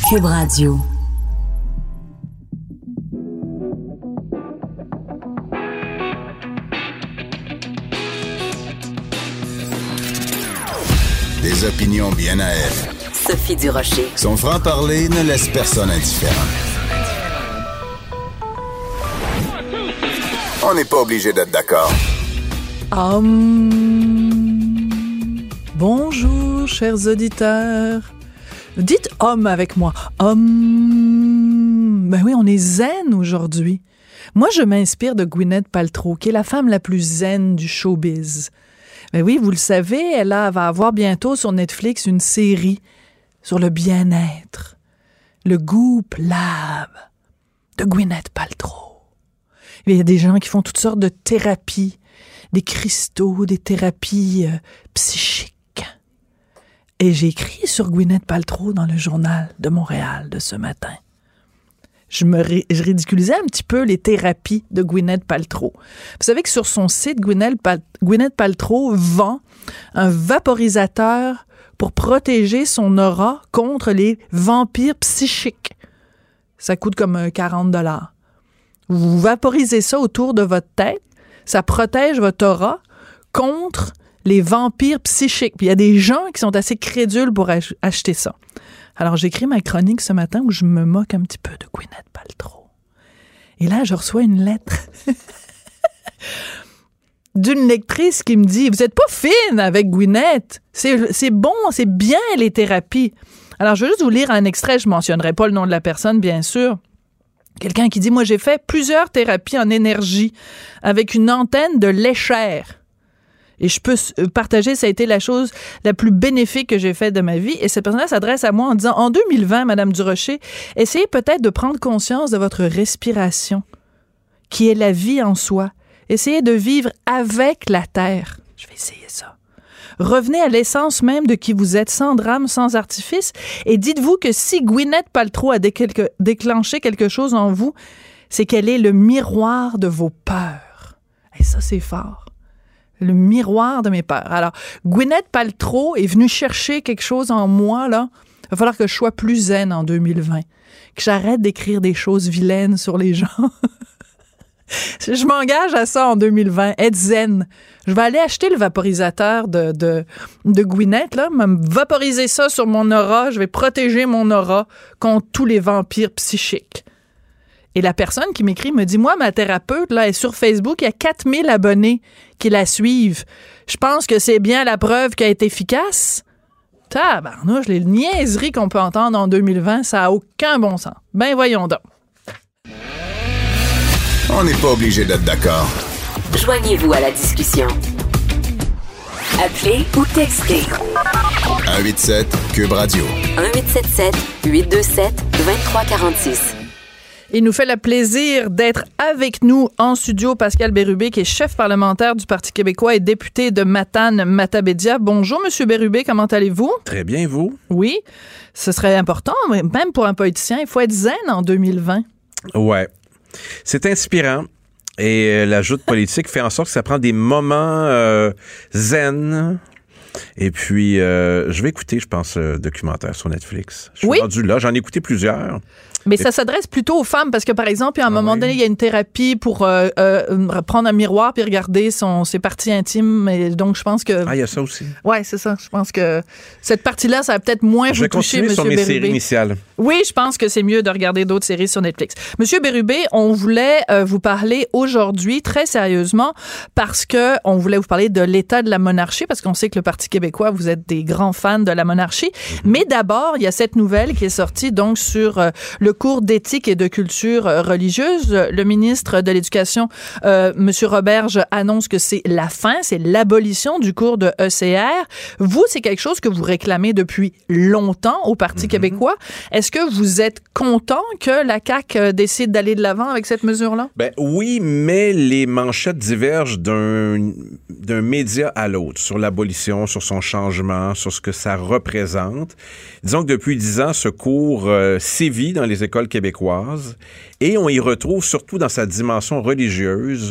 Cube Radio. Des opinions bien à elle. Sophie Durocher. Son franc-parler ne laisse personne indifférent. On n'est pas obligé d'être d'accord. Bonjour, chers auditeurs. Dites homme avec moi. Ben oui, on est zen aujourd'hui. Moi, je m'inspire de Gwyneth Paltrow, qui est la femme la plus zen du showbiz. Ben oui, vous le savez, elle va avoir bientôt sur Netflix une série sur le bien-être. Le Goop Lab de Gwyneth Paltrow. Il y a des gens qui font toutes sortes de thérapies, des cristaux, des thérapies psychiques. Et j'ai écrit sur Gwyneth Paltrow dans le Journal de Montréal de ce matin. Je ridiculisais un petit peu les thérapies de Gwyneth Paltrow. Vous savez que sur son site, Gwyneth Paltrow vend un vaporisateur pour protéger son aura contre les vampires psychiques. Ça coûte comme $40. Vous vaporisez ça autour de votre tête, ça protège votre aura contre les vampires psychiques. Puis il y a des gens qui sont assez crédules pour acheter ça. Alors, j'écris ma chronique ce matin où je me moque un petit peu de Gwyneth Paltrow. Et là, je reçois une lettre d'une lectrice qui me dit « Vous êtes pas fine avec Gwyneth. C'est bon, c'est bien les thérapies. » Alors, je vais juste vous lire un extrait. Je mentionnerai pas le nom de la personne, bien sûr. Quelqu'un qui dit « Moi, j'ai fait plusieurs thérapies en énergie avec une antenne de léchère. » Et je peux partager, ça a été la chose la plus bénéfique que j'ai faite de ma vie. Et cette personne-là s'adresse à moi en disant, en 2020, Madame Durocher, essayez peut-être de prendre conscience de votre respiration, qui est la vie en soi. Essayez de vivre avec la terre. Je vais essayer ça. Revenez à l'essence même de qui vous êtes, sans drame, sans artifice. Et dites-vous que si Gwyneth Paltrow a déclenché quelque chose en vous, c'est qu'elle est le miroir de vos peurs. Et ça, c'est fort. Le miroir de mes peurs. Alors, Gwyneth Paltrow est venue chercher quelque chose en moi, là. Il va falloir que je sois plus zen en 2020. Que j'arrête d'écrire des choses vilaines sur les gens. Je m'engage à ça en 2020. Être zen. Je vais aller acheter le vaporisateur de Gwyneth, là. Me vaporiser ça sur mon aura. Je vais protéger mon aura contre tous les vampires psychiques. Et la personne qui m'écrit me dit, moi, ma thérapeute, là, est sur Facebook, il y a 4000 abonnés qui la suivent. Je pense que c'est bien la preuve qu'elle est efficace. Tabarnouche, les niaiseries qu'on peut entendre en 2020, ça n'a aucun bon sens. Ben, voyons donc. On n'est pas obligé d'être d'accord. Joignez-vous à la discussion. Appelez ou textez. 187 Cube Radio. 1877-827-2346. Il nous fait le plaisir d'être avec nous en studio Pascal Bérubé, qui est chef parlementaire du Parti québécois et député de Matane-Matapédia. Bonjour, Monsieur Bérubé, comment allez-vous? Très bien, vous? Oui, ce serait important, mais même pour un politicien, il faut être zen en 2020. Ouais, c'est inspirant. Et la joute politique fait en sorte que ça prend des moments zen. Et puis, je vais écouter, je pense, documentaire sur Netflix. Je suis rendu là, j'en ai écouté plusieurs. Mais ça s'adresse plutôt aux femmes parce que, par exemple, à un moment donné, il y a une thérapie pour prendre un miroir puis regarder ses parties intimes. Et donc, je pense que... Ah, il y a ça aussi. Oui, c'est ça. Je pense que cette partie-là, ça va peut-être moins vous toucher, M. Bérubé. Je vais continuer sur mes séries initiales. Oui, je pense que c'est mieux de regarder d'autres séries sur Netflix. M. Bérubé, on voulait vous parler aujourd'hui, très sérieusement, parce que on voulait vous parler de l'état de la monarchie, parce qu'on sait que le Parti québécois, vous êtes des grands fans de la monarchie. Mais d'abord, il y a cette nouvelle qui est sortie donc sur le cours d'éthique et de culture religieuse. Le ministre de l'Éducation, M. Roberge, annonce que c'est la fin, c'est l'abolition du cours de ECR. Vous, c'est quelque chose que vous réclamez depuis longtemps au Parti québécois. Est-ce que vous êtes content que la CAQ décide d'aller de l'avant avec cette mesure-là? Ben oui, mais les manchettes divergent d'un média à l'autre sur l'abolition, sur son changement, sur ce que ça représente. Disons que depuis 10 ans, ce cours sévit dans les écoles québécoises et on y retrouve, surtout dans sa dimension religieuse,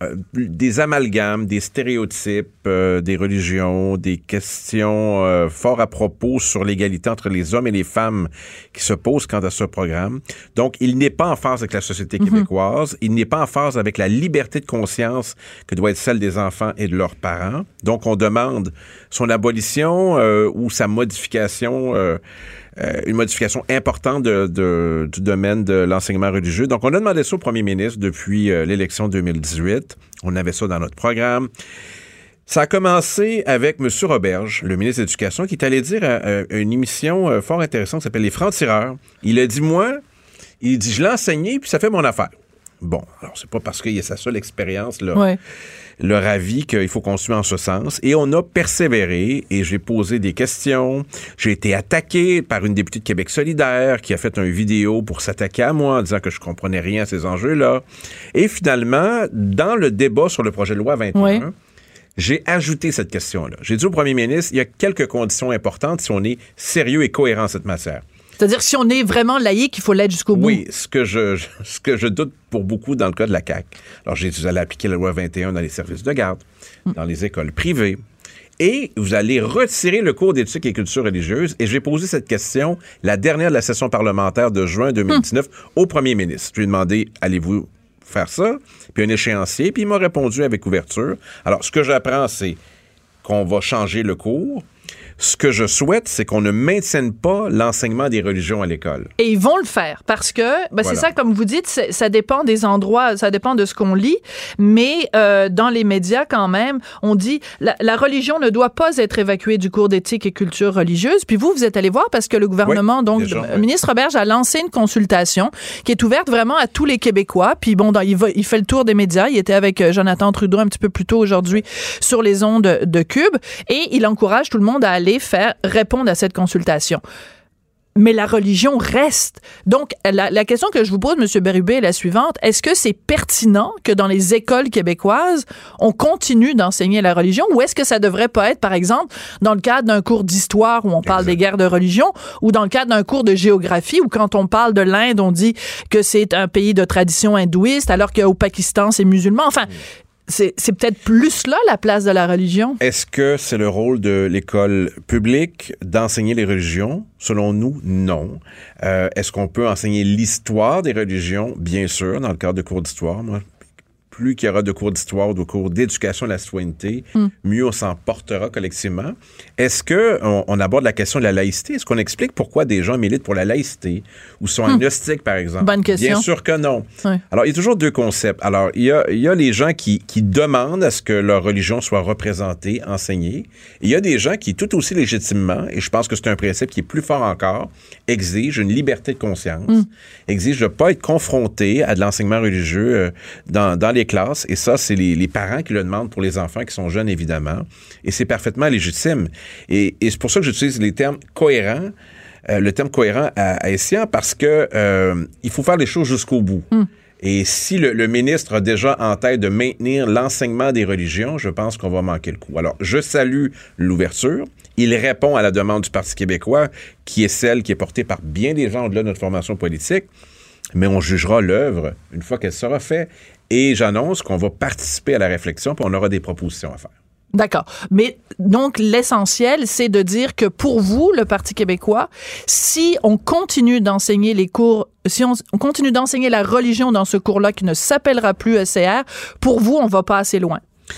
des amalgames, des stéréotypes, des religions, des questions fort à propos sur l'égalité entre les hommes et les femmes qui se posent quant à ce programme. Donc, il n'est pas en phase avec la société québécoise. Il n'est pas en phase avec la liberté de conscience que doit être celle des enfants et de leurs parents. Donc, on demande son abolition ou sa modification, une modification importante du domaine de l'enseignement religieux. Donc, on a demandé ça au premier ministre depuis l'élection 2018. On avait ça dans notre programme. Ça a commencé avec M. Roberge, le ministre de l'Éducation, qui est allé dire à une émission fort intéressante qui s'appelle Les Francs-Tireurs. Il a dit, je l'ai enseigné, puis ça fait mon affaire. Bon, alors c'est pas parce qu'il y a sa seule expérience, là. Leur avis qu'il faut qu'on suive en ce sens. Et on a persévéré et j'ai posé des questions. J'ai été attaqué par une députée de Québec solidaire qui a fait une vidéo pour s'attaquer à moi en disant que je comprenais rien à ces enjeux-là. Et finalement, dans le débat sur le projet de loi 21, j'ai ajouté cette question-là. J'ai dit au premier ministre, il y a quelques conditions importantes si on est sérieux et cohérent en cette matière. C'est-à-dire que si on est vraiment laïque, il faut l'être jusqu'au bout. Oui, ce que je doute pour beaucoup dans le cas de la CAQ. Alors, j'ai dit, vous allez appliquer la loi 21 dans les services de garde, dans les écoles privées, et vous allez retirer le cours d'éthique et culture religieuse. Et j'ai posé cette question, la dernière de la session parlementaire de juin 2019, au premier ministre. Je lui ai demandé, allez-vous faire ça? Puis un échéancier, puis il m'a répondu avec ouverture. Alors, ce que j'apprends, c'est qu'on va changer le cours. Ce que je souhaite, c'est qu'on ne maintienne pas l'enseignement des religions à l'école. Et ils vont le faire parce que, c'est ça, comme vous dites, ça dépend des endroits, ça dépend de ce qu'on lit, mais dans les médias quand même, on dit la religion ne doit pas être évacuée du cours d'éthique et culture religieuse. Puis vous êtes allé voir parce que le gouvernement, le ministre Roberge a lancé une consultation qui est ouverte vraiment à tous les Québécois. Puis bon, il fait le tour des médias. Il était avec Jonathan Trudeau un petit peu plus tôt aujourd'hui sur les ondes de Cube et il encourage tout le monde à aller répondre à cette consultation. Mais la religion reste. Donc, la question que je vous pose, M. Bérubé, est la suivante. Est-ce que c'est pertinent que dans les écoles québécoises, on continue d'enseigner la religion ou est-ce que ça devrait pas être, par exemple, dans le cadre d'un cours d'histoire où on parle des guerres de religion ou dans le cadre d'un cours de géographie où quand on parle de l'Inde, on dit que c'est un pays de tradition hindouiste alors qu'au Pakistan, c'est musulman. Enfin, c'est peut-être plus là la place de la religion. Est-ce que c'est le rôle de l'école publique d'enseigner les religions? Selon nous, non. Est-ce qu'on peut enseigner l'histoire des religions? Bien sûr, dans le cadre de cours d'histoire. Moi, plus qu'il y aura de cours d'histoire ou de cours d'éducation à la citoyenneté, mieux on s'en portera collectivement. Est-ce qu'on aborde la question de la laïcité? Est-ce qu'on explique pourquoi des gens militent pour la laïcité ou sont agnostiques, par exemple? Bonne question. Bien sûr que non. Oui. Alors, il y a toujours deux concepts. Alors, il y a les gens qui demandent à ce que leur religion soit représentée, enseignée. Et il y a des gens qui, tout aussi légitimement, et je pense que c'est un principe qui est plus fort encore, exigent une liberté de conscience, exigent de ne pas être confrontés à de l'enseignement religieux dans les classes, et ça, c'est les parents qui le demandent pour les enfants qui sont jeunes, évidemment, et c'est parfaitement légitime. Et c'est pour ça que j'utilise les termes cohérents, le terme cohérent à escient, parce que il faut faire les choses jusqu'au bout. Et si le ministre a déjà en tête de maintenir l'enseignement des religions, je pense qu'on va manquer le coup. Alors, je salue l'ouverture. Il répond à la demande du Parti québécois, qui est celle qui est portée par bien des gens au-delà de notre formation politique, mais on jugera l'œuvre une fois qu'elle sera faite. Et j'annonce qu'on va participer à la réflexion, puis on aura des propositions à faire. D'accord. Mais donc, l'essentiel, c'est de dire que pour vous, le Parti québécois, si on continue d'enseigner les cours, si on continue d'enseigner la religion dans ce cours-là qui ne s'appellera plus ECR, pour vous, on va pas assez loin.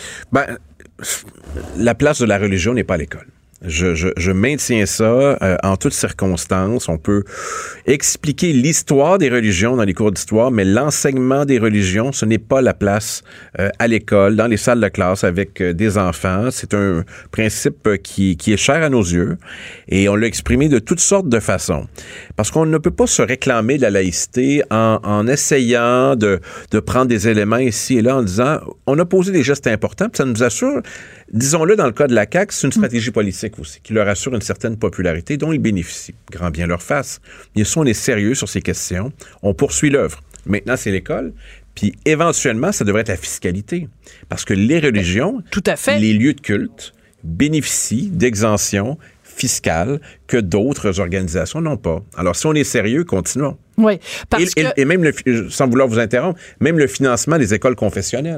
La place de la religion n'est pas à l'école. Je maintiens ça en toutes circonstances. On peut expliquer l'histoire des religions dans les cours d'histoire, mais l'enseignement des religions, ce n'est pas la place à l'école, dans les salles de classe avec des enfants. C'est un principe qui est cher à nos yeux et on l'a exprimé de toutes sortes de façons. Parce qu'on ne peut pas se réclamer de la laïcité en essayant de prendre des éléments ici et là en disant on a posé des gestes importants, puis ça nous assure, disons-le dans le cas de la CAQ, c'est une stratégie politique aussi, qui leur assure une certaine popularité dont ils bénéficient. Grand bien leur face. Mais si on est sérieux sur ces questions, on poursuit l'œuvre. Maintenant, c'est l'école. Puis éventuellement, ça devrait être la fiscalité. Parce que les religions, tout à fait, les lieux de culte bénéficient d'exemptions fiscales que d'autres organisations n'ont pas. Alors, si on est sérieux, continuons. Oui, et même, sans vouloir vous interrompre, même le financement des écoles confessionnelles.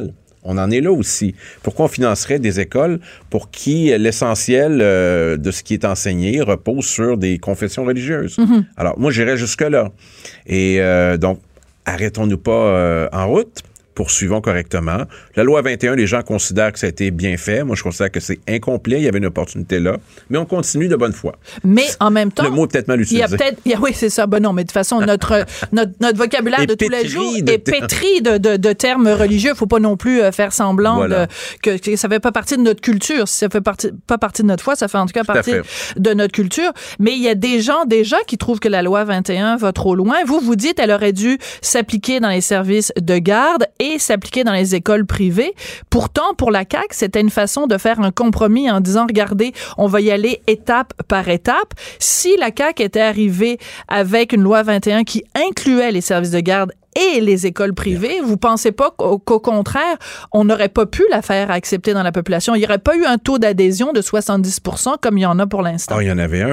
On en est là aussi. Pourquoi on financerait des écoles pour qui l'essentiel de ce qui est enseigné repose sur des confessions religieuses? Mm-hmm. Alors, moi, j'irais jusque-là. Et donc, arrêtons-nous pas en route. Poursuivons correctement. La loi 21, les gens considèrent que ça a été bien fait. Moi, je considère que c'est incomplet. Il y avait une opportunité là. Mais on continue de bonne foi. Mais en même temps... Le mot est peut-être mal utilisé. Oui, c'est ça. Ben non, mais de toute façon, notre vocabulaire de tous les jours est pétri de termes religieux. Il ne faut pas non plus faire semblant que ça ne fait pas partie de notre culture. Si ça ne fait pas partie de notre foi, ça fait en tout cas partie de notre culture. Mais il y a des gens déjà qui trouvent que la loi 21 va trop loin. Vous dites qu'elle aurait dû s'appliquer dans les services de garde et s'appliquer dans les écoles privées. Pourtant, pour la CAQ, c'était une façon de faire un compromis en disant, regardez, on va y aller étape par étape. Si la CAQ était arrivée avec une loi 21 qui incluait les services de garde et les écoles privées, vous pensez pas qu'au contraire, on n'aurait pas pu la faire accepter dans la population? Il n'y aurait pas eu un taux d'adhésion de 70% comme il y en a pour l'instant. Ah, il y en avait un.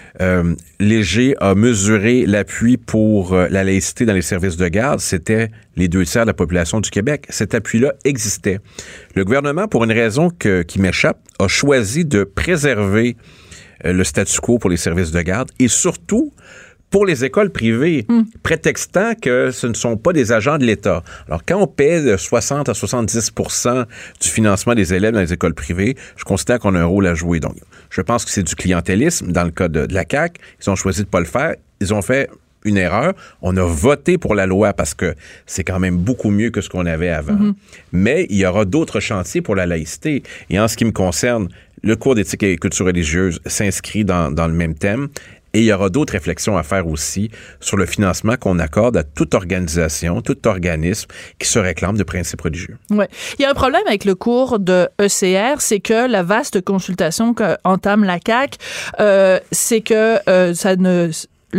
Léger a mesuré l'appui pour la laïcité dans les services de garde. C'était les 2/3 de la population du Québec. Cet appui-là existait. Le gouvernement, pour une raison qui m'échappe, a choisi de préserver le statu quo pour les services de garde et surtout pour les écoles privées, prétextant que ce ne sont pas des agents de l'État. Alors, quand on paie de 60 à 70% du financement des élèves dans les écoles privées, je considère qu'on a un rôle à jouer. Donc, je pense que c'est du clientélisme dans le cas de la CAQ. Ils ont choisi de ne pas le faire. Ils ont fait une erreur. On a voté pour la loi parce que c'est quand même beaucoup mieux que ce qu'on avait avant. Mm-hmm. Mais il y aura d'autres chantiers pour la laïcité. Et en ce qui me concerne, le cours d'éthique et culture religieuse s'inscrit dans le même thème. Et il y aura d'autres réflexions à faire aussi sur le financement qu'on accorde à toute organisation, tout organisme qui se réclame de principes religieux. Oui. Il y a un problème avec le cours de ECR, c'est que la vaste consultation qu'entame la CAQ, c'est que ça ne...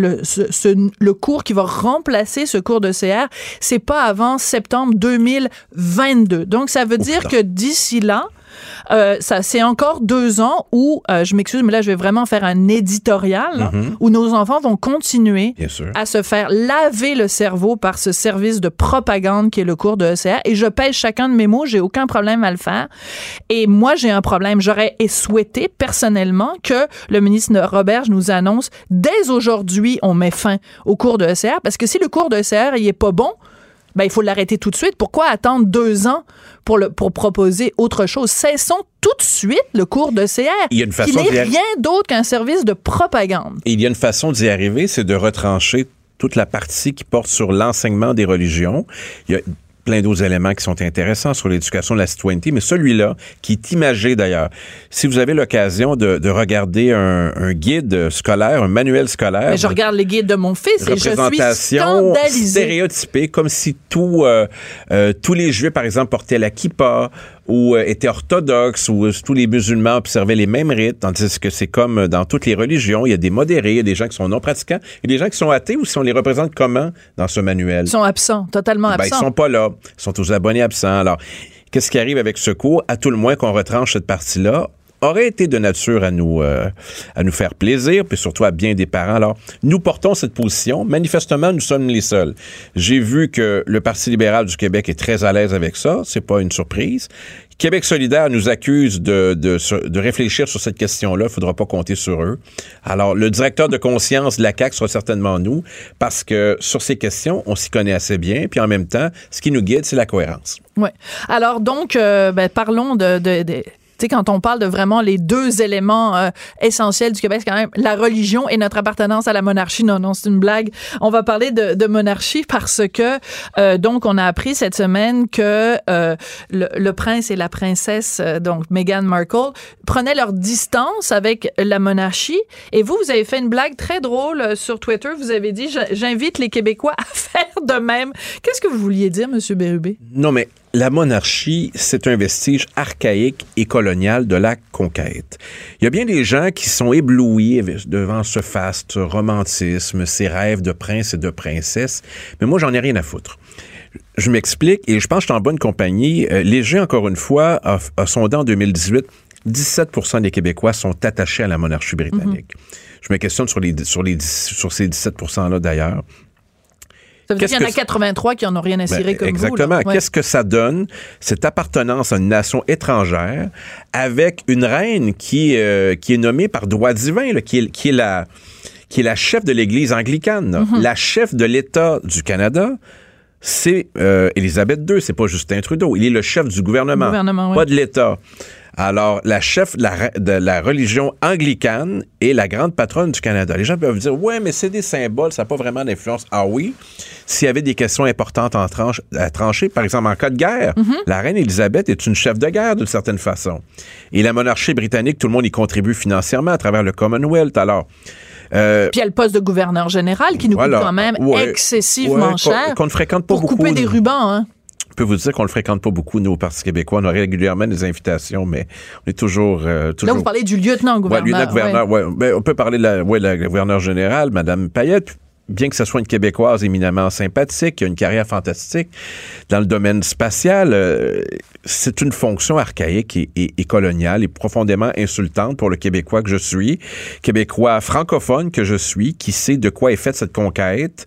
Le cours qui va remplacer ce cours d'ECR, c'est pas avant septembre 2022. Donc, ça veut dire que d'ici là, ça, c'est encore 2 ans où, je m'excuse, mais là, je vais vraiment faire un éditorial, où nos enfants vont continuer à se faire laver le cerveau par ce service de propagande qui est le cours de ECR. Et je pèse chacun de mes mots, j'ai aucun problème à le faire. Et moi, j'ai un problème. J'aurais souhaité, personnellement, que le ministre Roberge nous annonce, dès aujourd'hui, on met fin au cours de ECR, parce que si le cours de ECR, il est pas bon, ben, il faut l'arrêter tout de suite. Pourquoi attendre 2 ans pour proposer autre chose? Cessons tout de suite le cours d'ECR. Il y a une façon qui n'est rien d'autre qu'un service de propagande. Et il y a une façon d'y arriver, c'est de retrancher toute la partie qui porte sur l'enseignement des religions. Il y a plein d'autres éléments qui sont intéressants sur l'éducation de la citoyenneté, mais celui-là, qui est imagé d'ailleurs. Si vous avez l'occasion de regarder un guide scolaire, un manuel scolaire... Mais je regarde les guides de mon fils et je suis représentation stéréotypée, comme si tous les Juifs, par exemple, portaient la kippa ou étaient orthodoxes, ou tous les musulmans observaient les mêmes rites, tandis que c'est comme dans toutes les religions, il y a des modérés, il y a des gens qui sont non pratiquants, et des gens qui sont athées, ou si on les représente comment dans ce manuel? Ils sont absents, totalement absents. Ils sont pas là, ils sont aux abonnés absents. Alors, qu'est-ce qui arrive avec ce cours? À tout le moins qu'on retranche cette partie-là, aurait été de nature à nous faire plaisir, puis surtout à bien des parents. Alors, nous portons cette position. Manifestement, nous sommes les seuls. J'ai vu que le Parti libéral du Québec est très à l'aise avec ça. C'est pas une surprise. Québec solidaire nous accuse de réfléchir sur cette question-là. Il ne faudra pas compter sur eux. Alors, le directeur de conscience de la CAQ sera certainement nous, parce que sur ces questions, on s'y connaît assez bien. Puis en même temps, ce qui nous guide, c'est la cohérence. Oui. Alors donc, parlons tu sais, quand on parle de vraiment les 2 éléments essentiels du Québec, c'est quand même la religion et notre appartenance à la monarchie. Non, c'est une blague. On va parler de monarchie parce que, donc, on a appris cette semaine que le prince et la princesse, donc Meghan Markle, prenaient leur distance avec la monarchie. Et vous avez fait une blague très drôle sur Twitter. Vous avez dit, j'invite les Québécois à faire de même. Qu'est-ce que vous vouliez dire, M. Bérubé? Non, mais la monarchie, c'est un vestige archaïque et colonial de la conquête. Il y a bien des gens qui sont éblouis devant ce faste romantisme, ces rêves de prince et de princesse, mais moi, j'en ai rien à foutre. Je m'explique, et je pense que je suis en bonne compagnie. Léger, encore une fois, a sondé en 2018, 17% des Québécois sont attachés à la monarchie britannique. Je me questionne sur ces 17%-là, d'ailleurs. Ça veut dire qu'il y en a 83 qui en ont rien à cirer comme exactement. vous. Là. Qu'est-ce que ça donne, cette appartenance à une nation étrangère, avec une reine qui est nommée par droit divin, là, qui est la chef de l'Église anglicane, la chef de l'État du Canada. C'est Élisabeth II, c'est pas Justin Trudeau. Il est le chef du gouvernement, pas de l'État. Alors, la chef de la religion anglicane est la grande patronne du Canada. Les gens peuvent dire, ouais, mais c'est des symboles, ça n'a pas vraiment d'influence. Ah oui, s'il y avait des questions importantes à trancher, par exemple, en cas de guerre, la reine Élisabeth est une chef de guerre d'une certaine façon. Et la monarchie britannique, tout le monde y contribue financièrement à travers le Commonwealth. Alors, puis il y a le poste de gouverneur général qui nous coûte quand même excessivement cher qu'on ne fréquente pas pour beaucoup. Couper des rubans, hein. Je peux vous dire qu'on ne le fréquente pas beaucoup, nous, au Parti québécois. On a régulièrement des invitations, mais on est toujours... Là, vous parlez du lieutenant-gouverneur. Oui, lieutenant-gouverneur, oui. Ben, on peut parler de la gouverneure générale, Mme Payette. Bien que ce soit une Québécoise éminemment sympathique, qui a une carrière fantastique dans le domaine spatial, c'est une fonction archaïque et coloniale et profondément insultante pour le Québécois que je suis, Québécois francophone que je suis, qui sait de quoi est faite cette conquête,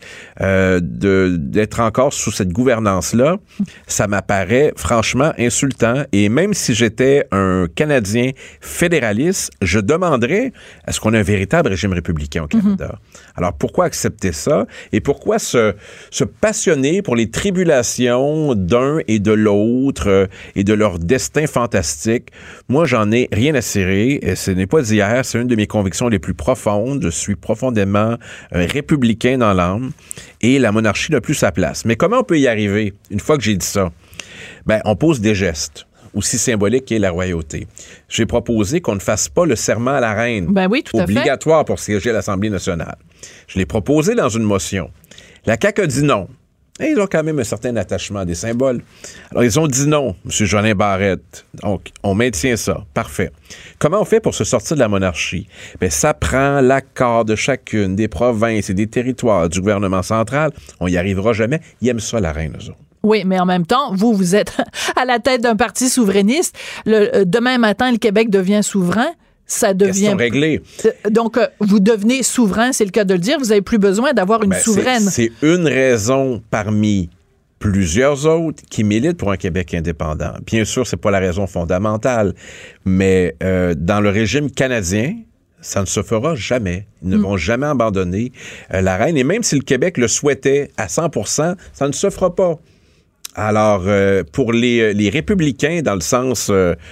d'être encore sous cette gouvernance-là. Ça m'apparaît franchement insultant. Et même si j'étais un Canadien fédéraliste, je demanderais à ce qu'on ait un véritable régime républicain au Canada. Alors, pourquoi accepter ça? Et pourquoi se passionner pour les tribulations d'un et de l'autre et de leur destin fantastique? Moi, j'en ai rien à cirer. Et ce n'est pas d'hier. C'est une de mes convictions les plus profondes. Je suis profondément républicain dans l'âme. Et la monarchie n'a plus sa place. Mais comment on peut y arriver une fois que j'ai dit ça? Ben, on pose des gestes aussi symbolique qu'est la royauté. J'ai proposé qu'on ne fasse pas le serment à la reine. Ben oui, tout à fait. Obligatoire pour siéger à l'Assemblée nationale. Je l'ai proposé dans une motion. La CAQ a dit non. Et ils ont quand même un certain attachement à des symboles. Alors, ils ont dit non, M. Jolin Barrette. Donc, on maintient ça. Parfait. Comment on fait pour se sortir de la monarchie? Bien, ça prend l'accord de chacune des provinces et des territoires du gouvernement central. On n'y arrivera jamais. Ils aiment ça, la reine, eux autres. Oui, mais en même temps, vous êtes à la tête d'un parti souverainiste. Demain matin, le Québec devient souverain. Ça devient... Question réglée. Donc, vous devenez souverain, c'est le cas de le dire. Vous n'avez plus besoin d'avoir une souveraine. C'est une raison parmi plusieurs autres qui militent pour un Québec indépendant. Bien sûr, c'est pas la raison fondamentale, mais dans le régime canadien, ça ne se fera jamais. Ils ne vont jamais abandonner la reine. Et même si le Québec le souhaitait à 100%, ça ne se fera pas. Alors, pour les républicains, dans le sens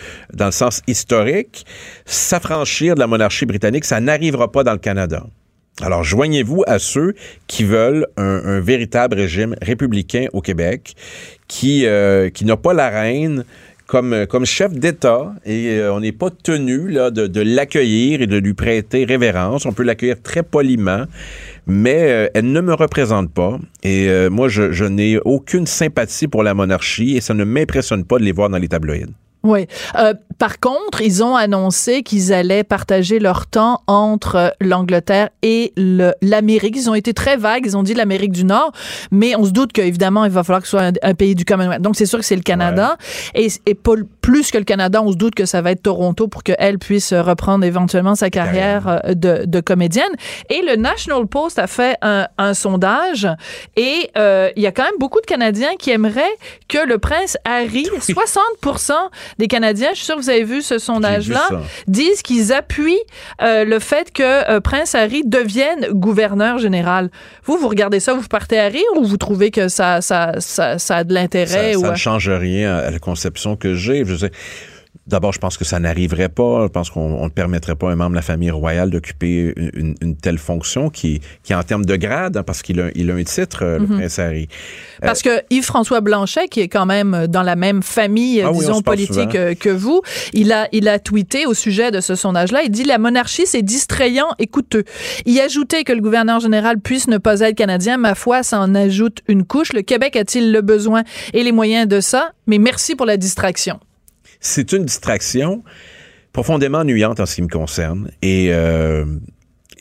historique, s'affranchir de la monarchie britannique, ça n'arrivera pas dans le Canada. Alors, joignez-vous à ceux qui veulent un véritable régime républicain au Québec, qui n'a pas la reine comme chef d'État, et on n'est pas tenu là, de l'accueillir et de lui prêter révérence. On peut l'accueillir très poliment, mais elle ne me représente pas. Et moi, je n'ai aucune sympathie pour la monarchie et ça ne m'impressionne pas de les voir dans les tabloïds. Oui. Par contre, ils ont annoncé qu'ils allaient partager leur temps entre l'Angleterre et l'Amérique. Ils ont été très vagues. Ils ont dit l'Amérique du Nord, mais on se doute qu'évidemment, il va falloir que ce soit un pays du Commonwealth. Donc, c'est sûr que c'est le Canada. Ouais. Et plus que le Canada, on se doute que ça va être Toronto pour qu'elle puisse reprendre éventuellement sa carrière de comédienne. Et le National Post a fait un sondage et il y a quand même beaucoup de Canadiens qui aimeraient que le prince Harry, 60% des Canadiens, je suis sûre que vous avez vu ce sondage-là, disent qu'ils appuient le fait que Prince Harry devienne gouverneur général. Vous regardez ça, vous partez à rire ou vous trouvez que ça a de l'intérêt? Ça ne change rien à la conception que j'ai. Je sais. D'abord, je pense que ça n'arriverait pas. Je pense qu'on ne permettrait pas à un membre de la famille royale d'occuper une telle fonction qui en termes de grade, hein, parce qu'il a un titre, le prince Harry. Parce que Yves-François Blanchet, qui est quand même dans la même famille, disons, politique que vous, il a tweeté au sujet de ce sondage-là, il dit « La monarchie, c'est distrayant et coûteux. Y ajouter que le gouverneur général puisse ne pas être canadien, ma foi, ça en ajoute une couche. Le Québec a-t-il le besoin et les moyens de ça? Mais merci pour la distraction. » C'est une distraction profondément ennuyante en ce qui me concerne. Et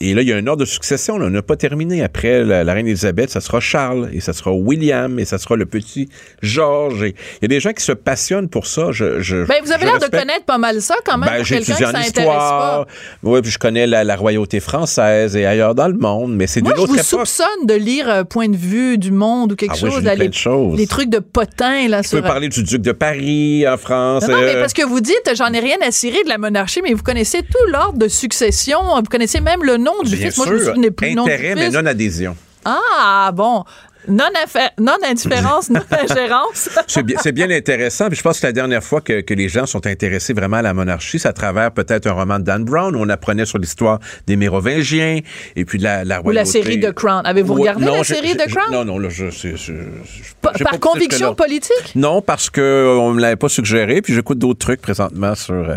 Et là, il y a un ordre de succession. Là. On n'a pas terminé. Après la reine Élisabeth, ça sera Charles, et ça sera William, et ça sera le petit Georges. Il y a des gens qui se passionnent pour ça. Vous avez l'air de connaître pas mal ça quand même. Pour j'ai quelqu'un étudié qui en s'intéresse histoire. Oui, puis je connais la royauté française et ailleurs dans le monde, mais c'est d'une autre époque. Moi, je vous soupçonne de lire Point de vue du monde ou quelque chose. Oui, plein de choses. Les trucs de potins. Là, je peux parler du duc de Paris en France. Non, mais parce que vous dites, j'en ai rien à cirer de la monarchie, mais vous connaissez tout l'ordre de succession. Vous connaissez même le nom du fils. Sûr. Moi, je me souvenais plus du nom du fils. Intérêt, mais non-adhésion. Ah, bon. Non-indifférence, non-ingérence. C'est bien intéressant. Puis je pense que la dernière fois que les gens sont intéressés vraiment à la monarchie, c'est à travers peut-être un roman de Dan Brown où on apprenait sur l'histoire des Mérovingiens et puis de la royauté. Ou la série The Crown. Avez-vous regardé la série The Crown? Non, là, par conviction politique? Non, parce qu'on ne me l'avait pas suggéré. Puis j'écoute d'autres trucs présentement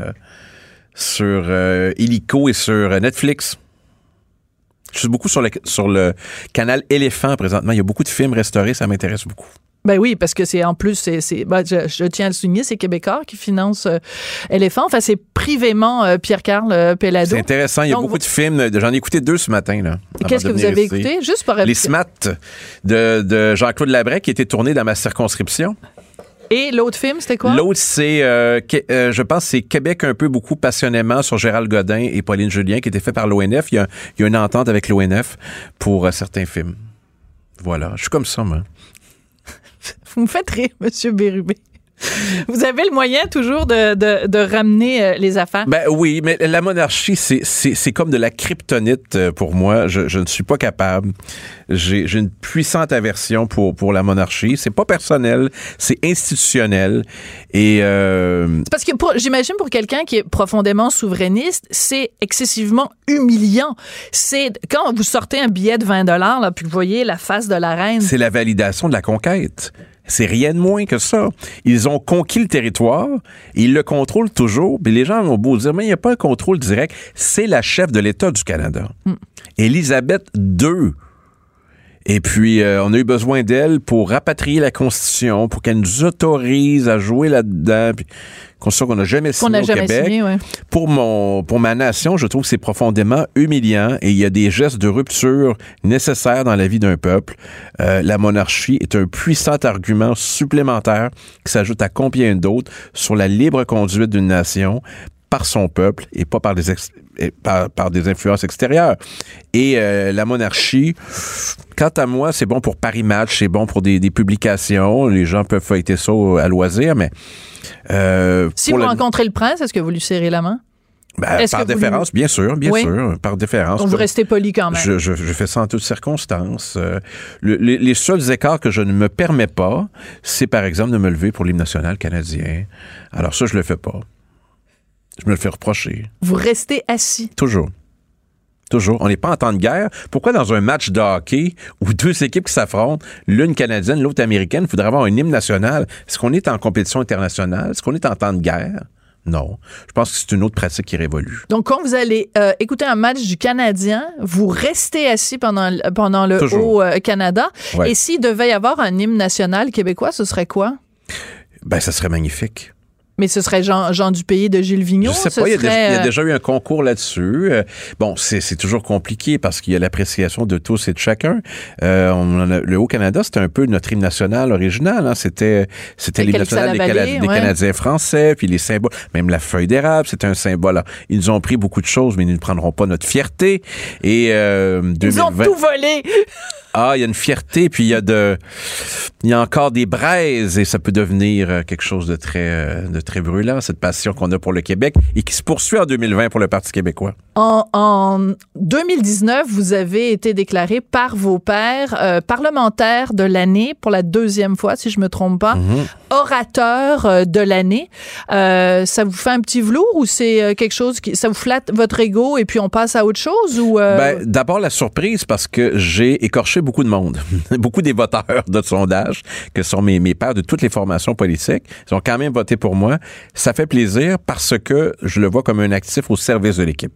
sur Illico et sur Netflix. Je suis beaucoup sur le canal Éléphant présentement. Il y a beaucoup de films restaurés, ça m'intéresse beaucoup. Ben oui, parce que c'est en plus, je tiens à le souligner, c'est Québécois qui finance Éléphant. Enfin, c'est privément Pierre-Carl Pellado. C'est intéressant. Il y a beaucoup de films. J'en ai écouté 2 ce matin. Là, qu'est-ce que vous avez écouté? Juste pour Les SMAT de Jean-Claude Labrec qui était tourné dans ma circonscription. Et l'autre film, c'était quoi? L'autre, c'est, je pense, c'est Québec un peu beaucoup passionnément sur Gérald Godin et Pauline Julien, qui était fait par l'ONF. Il y a une entente avec l'ONF pour certains films. Voilà. Je suis comme ça, moi. Vous me faites rire, M. Bérubé. Vous avez le moyen toujours de ramener les affaires? Ben oui, mais la monarchie, c'est comme de la kryptonite pour moi. Je ne suis pas capable. J'ai une puissante aversion pour la monarchie. C'est pas personnel, c'est institutionnel. Et parce que j'imagine pour quelqu'un qui est profondément souverainiste, c'est excessivement humiliant. C'est quand vous sortez un billet de 20 $ là, puis vous voyez la face de la reine. C'est la validation de la conquête. C'est rien de moins que ça. Ils ont conquis le territoire, ils le contrôlent toujours, puis les gens ont beau dire, mais il n'y a pas un contrôle direct. C'est la chef de l'État du Canada. Élisabeth II. Et puis, on a eu besoin d'elle pour rapatrier la Constitution, pour qu'elle nous autorise à jouer là-dedans. Puis, Constitution qu'on n'a jamais signée au Québec. Signé, ouais. Pour ma nation, je trouve que c'est profondément humiliant et il y a des gestes de rupture nécessaires dans la vie d'un peuple. La monarchie est un puissant argument supplémentaire qui s'ajoute à combien d'autres sur la libre conduite d'une nation par son peuple et pas par des influences extérieures. Et la monarchie, quant à moi, c'est bon pour Paris Match, c'est bon pour des publications. Les gens peuvent feuilleter ça à loisir, mais... si vous rencontrez le prince, est-ce que vous lui serrez la main? Par déférence, bien sûr, par déférence. Donc, vous restez poli quand même. Je fais ça en toutes circonstances. Les seuls écarts que je ne me permets pas, c'est par exemple de me lever pour l'hymne national canadien. Alors ça, je le fais pas. Je me le fais reprocher. Vous restez assis? Toujours. On n'est pas en temps de guerre. Pourquoi dans un match de hockey où 2 équipes qui s'affrontent, l'une canadienne, l'autre américaine, il faudrait avoir un hymne national? Est-ce qu'on est en compétition internationale? Est-ce qu'on est en temps de guerre? Non. Je pense que c'est une autre pratique qui révolue. Donc, quand vous allez écouter un match du Canadien, vous restez assis pendant le Haut-Canada. Ouais. Et s'il devait y avoir un hymne national québécois, ce serait quoi? Ça serait magnifique. Mais ce serait Jean du Pays de Gilles Vigneault? Je sais pas, il y a déjà eu un concours là-dessus. C'est toujours compliqué parce qu'il y a l'appréciation de tous et de chacun. Le Haut-Canada, c'était un peu notre hymne national original. Hein. C'était l'hymne national des Canadiens français, puis les symboles. Même la feuille d'érable, c'était un symbole. Alors, ils nous ont pris beaucoup de choses, mais ils ne prendront pas notre fierté. Et 2020, ils ont tout volé! Il y a une fierté, puis il y a encore des braises et ça peut devenir quelque chose de très brûlant, cette passion qu'on a pour le Québec et qui se poursuit en 2020 pour le Parti québécois. En 2019, vous avez été déclaré par vos pairs parlementaire de l'année pour la 2e fois, si je me trompe pas, orateur de l'année. Ça vous fait un petit velours ou c'est quelque chose ça vous flatte votre ego et puis on passe à autre chose ou d'abord la surprise parce que j'ai écorché beaucoup de monde, beaucoup des voteurs de sondage que sont mes pairs de toutes les formations politiques. Ils ont quand même voté pour moi. Ça fait plaisir parce que je le vois comme un actif au service de l'équipe.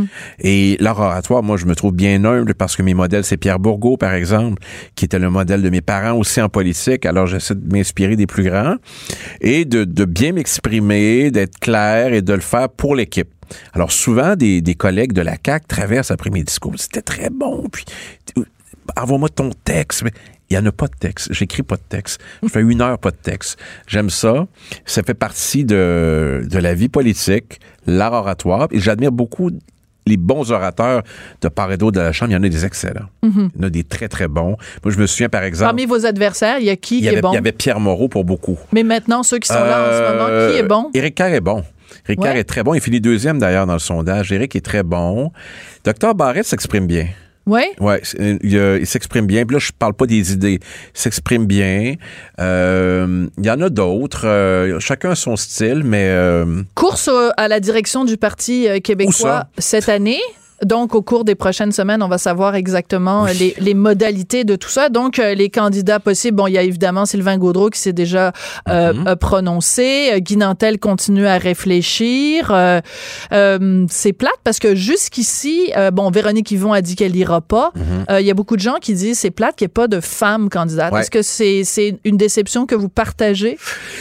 Et leur oratoire, moi, je me trouve bien humble parce que mes modèles, c'est Pierre Bourgault, par exemple, qui était le modèle de mes parents aussi en politique. Alors, j'essaie de m'inspirer des plus grands et de bien m'exprimer, d'être clair et de le faire pour l'équipe. Alors souvent, des collègues de la CAQ traversent après mes discours. C'était très bon, puis envoie-moi ton texte. Mais il n'y en a pas de texte. J'écris pas de texte. Je fais 1 heure pas de texte. J'aime ça. Ça fait partie de la vie politique, l'art oratoire. Et j'admire beaucoup les bons orateurs de part et d'autre de la Chambre. Il y en a des excellents. Il y en a des très, très bons. Moi, je me souviens, par exemple... Parmi vos adversaires, il y a qui est bon? Il y avait Pierre Moreau pour beaucoup. Mais maintenant, ceux qui sont là en ce moment, qui est bon? Éric Kerr est bon. Éric Kerr est très bon. Il finit 2e, d'ailleurs, dans le sondage. Éric est très bon. Dr Barrette s'exprime bien. Oui? Oui, il s'exprime bien. Puis là, je parle pas des idées. Il s'exprime bien. Il y en a d'autres. Chacun a son style, mais... Course à la direction du Parti québécois cette année. Donc, au cours des prochaines semaines, on va savoir exactement les modalités de tout ça. Donc, les candidats possibles, bon, il y a évidemment Sylvain Gaudreault qui s'est déjà prononcé. Guy Nantel continue à réfléchir. C'est plate parce que jusqu'ici, Véronique Yvon a dit qu'elle n'ira pas. Il y a beaucoup de gens qui disent c'est plate qu'il n'y ait pas de femmes candidates. Ouais. Est-ce que c'est une déception que vous partagez?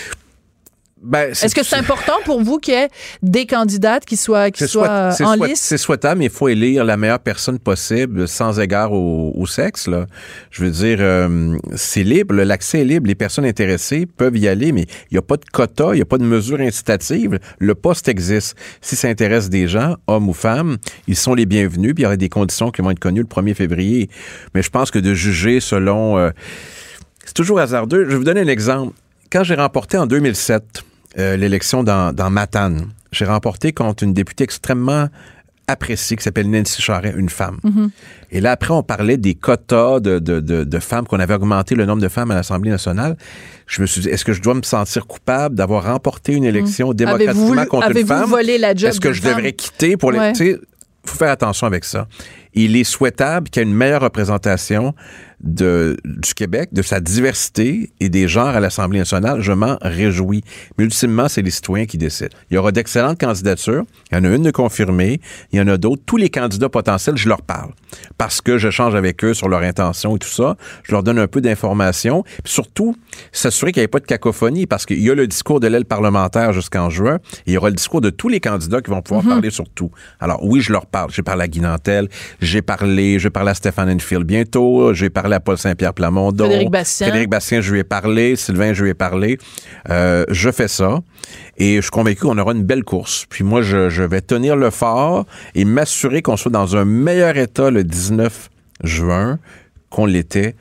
Est-ce que c'est important pour vous qu'il y ait des candidates qui soient en liste? C'est souhaitable, mais il faut élire la meilleure personne possible sans égard au sexe, là. Je veux dire, c'est libre, l'accès est libre, les personnes intéressées peuvent y aller, mais il n'y a pas de quota, il n'y a pas de mesure incitative. Le poste existe. Si ça intéresse des gens, hommes ou femmes, ils sont les bienvenus, puis il y aura des conditions qui vont être connues le 1er février. Mais je pense que de juger selon... c'est toujours hasardeux. Je vais vous donner un exemple. Quand j'ai remporté en 2007... l'élection dans Matane. J'ai remporté contre une députée extrêmement appréciée qui s'appelle Nancy Charest, une femme. Et là, après, on parlait des quotas de femmes, qu'on avait augmenté le nombre de femmes à l'Assemblée nationale. Je me suis dit, est-ce que je dois me sentir coupable d'avoir remporté une élection démocratiquement contre une femme? Avez-vous volé la job? Est-ce que je devrais quitter pour les... Il faut faire attention avec ça. Il est souhaitable qu'il y ait une meilleure représentation du Québec, de sa diversité et des genres à l'Assemblée nationale. Je m'en réjouis. Mais ultimement, c'est les citoyens qui décident. Il y aura d'excellentes candidatures. Il y en a une de confirmée. Il y en a d'autres. Tous les candidats potentiels, je leur parle. Parce que je change avec eux sur leur intention et tout ça. Je leur donne un peu d'informations. Puis surtout, s'assurer qu'il n'y ait pas de cacophonie parce qu'il y a le discours de l'aile parlementaire jusqu'en juin. Et il y aura le discours de tous les candidats qui vont pouvoir parler sur tout. Alors oui, je leur parle. J'ai parlé à Guy Nantel. Je vais parler à Stéphane Enfield bientôt. Je vais parler à Paul Saint-Pierre Plamondon. Frédéric Bastien, je lui ai parlé. Sylvain, je lui ai parlé. Je fais ça. Et je suis convaincu qu'on aura une belle course. Puis moi, je vais tenir le fort et m'assurer qu'on soit dans un meilleur état le 19 juin qu'on l'était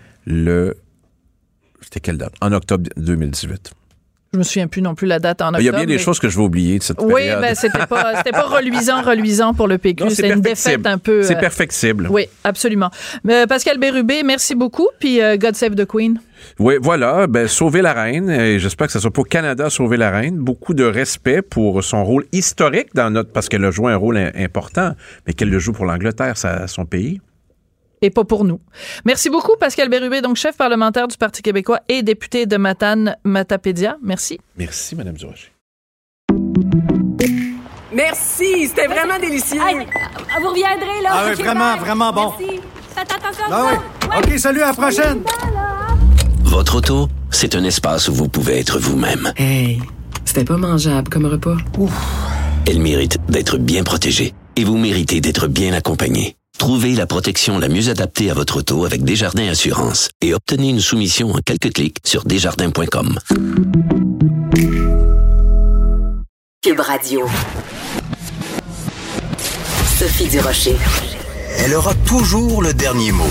c'était quelle date? En octobre 2018. Je me souviens plus non plus la date en octobre. Il y a bien des choses que je vais oublier de cette période. Oui, c'était pas reluisant pour le PQ. C'est une défaite un peu... C'est perfectible. Oui, absolument. Pascal Bérubé, merci beaucoup, puis God Save the Queen. Oui, voilà, sauver la reine, et j'espère que ça soit pour Canada sauver la reine. Beaucoup de respect pour son rôle historique parce qu'elle a joué un rôle important, mais qu'elle le joue pour l'Angleterre, son pays. Et pas pour nous. Merci beaucoup, Pascal Bérubé, donc chef parlementaire du Parti québécois et député de Matane-Matapédia. Merci. Merci, Mme Durocher. Merci, c'était vraiment délicieux. Hey, vous reviendrez, là. Ah oui, vraiment, vraiment bon. Merci. Faites attention. Ah oui. OK, salut, à la prochaine. Votre auto, c'est un espace où vous pouvez être vous-même. Hey, c'était pas mangeable comme repas. Ouf. Elle mérite d'être bien protégée et vous méritez d'être bien accompagné. Trouvez la protection la mieux adaptée à votre auto avec Desjardins Assurance et obtenez une soumission en quelques clics sur desjardins.com. Cube Radio. Sophie Durocher. Elle aura toujours le dernier mot.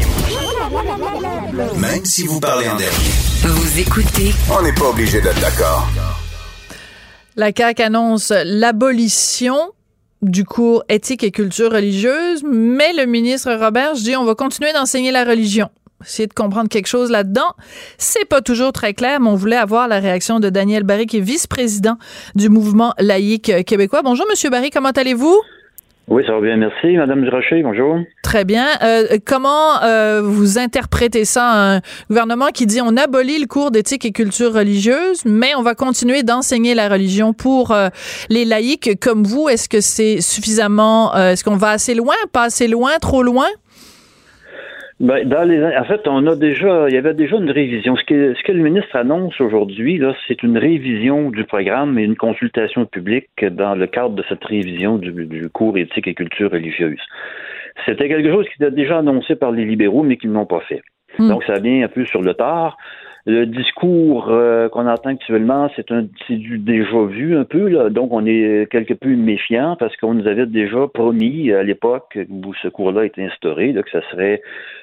Même si vous parlez en dernier. Vous écoutez. On n'est pas obligé d'être d'accord. La CAQ annonce l'abolition du cours éthique et culture religieuse, mais le ministre Roberge dit on va continuer d'enseigner la religion. Essayer de comprendre quelque chose là-dedans. C'est pas toujours très clair, mais on voulait avoir la réaction de Daniel Barry, qui est vice-président du mouvement laïque québécois. Bonjour, Monsieur Barry, comment allez-vous? Oui, ça va bien, merci. Madame Durocher, bonjour. Très bien. Comment vous interprétez ça, un gouvernement qui dit on abolit le cours d'éthique et culture religieuse, mais on va continuer d'enseigner la religion pour les laïcs comme vous? Est-ce que c'est suffisamment... est-ce qu'on va assez loin, pas assez loin, trop loin? En fait, il y avait déjà une révision. Ce que le ministre annonce aujourd'hui, là, c'est une révision du programme et une consultation publique dans le cadre de cette révision du cours éthique et culture religieuse. C'était quelque chose qui était déjà annoncé par les libéraux, mais qu'ils n'ont pas fait. Donc, ça vient un peu sur le tard. Le discours qu'on entend actuellement, c'est du déjà vu un peu, là. Donc, on est quelque peu méfiant parce qu'on nous avait déjà promis à l'époque où ce cours-là a été instauré, là, que ça serait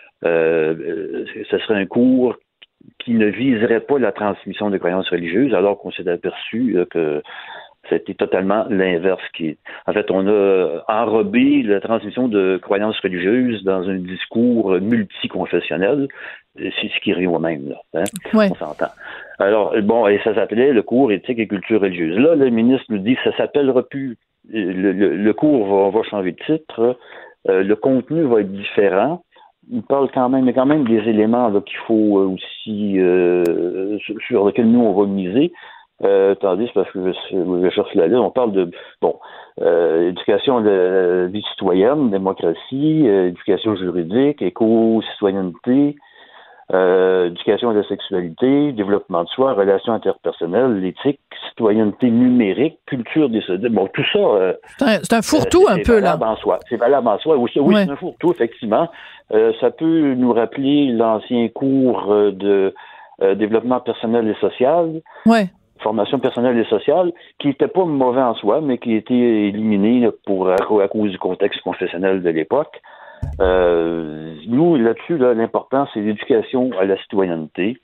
un cours qui ne viserait pas la transmission de croyances religieuses, alors qu'on s'est aperçu que c'était totalement l'inverse. En fait, on a enrobé la transmission de croyances religieuses dans un discours multiconfessionnel. C'est ce qui rit moi-même, là. Hein? Ouais. On s'entend. Alors, et ça s'appelait le cours éthique et culture religieuse. Là, le ministre nous dit que ça s'appellera plus. Le cours va changer de titre. Le contenu va être différent. Il parle il y a quand même des éléments là, qu'il faut aussi sur lesquels nous on va miser. Attendez, c'est parce que je cherche là, on parle de éducation de la vie citoyenne, démocratie, éducation juridique, éco-citoyenneté, éducation de la sexualité, développement de soi, relations interpersonnelles, l'éthique, citoyenneté numérique, culture des sociétés. Bon, tout ça. C'est un fourre-tout un peu, là. C'est valable en soi. Oui, c'est un fourre-tout, effectivement. Ça peut nous rappeler l'ancien cours de développement personnel et social. Ouais. Formation personnelle et sociale, qui n'était pas mauvais en soi, mais qui a été éliminé à cause du contexte confessionnel de l'époque. Nous, là-dessus, l'important, c'est l'éducation à la citoyenneté.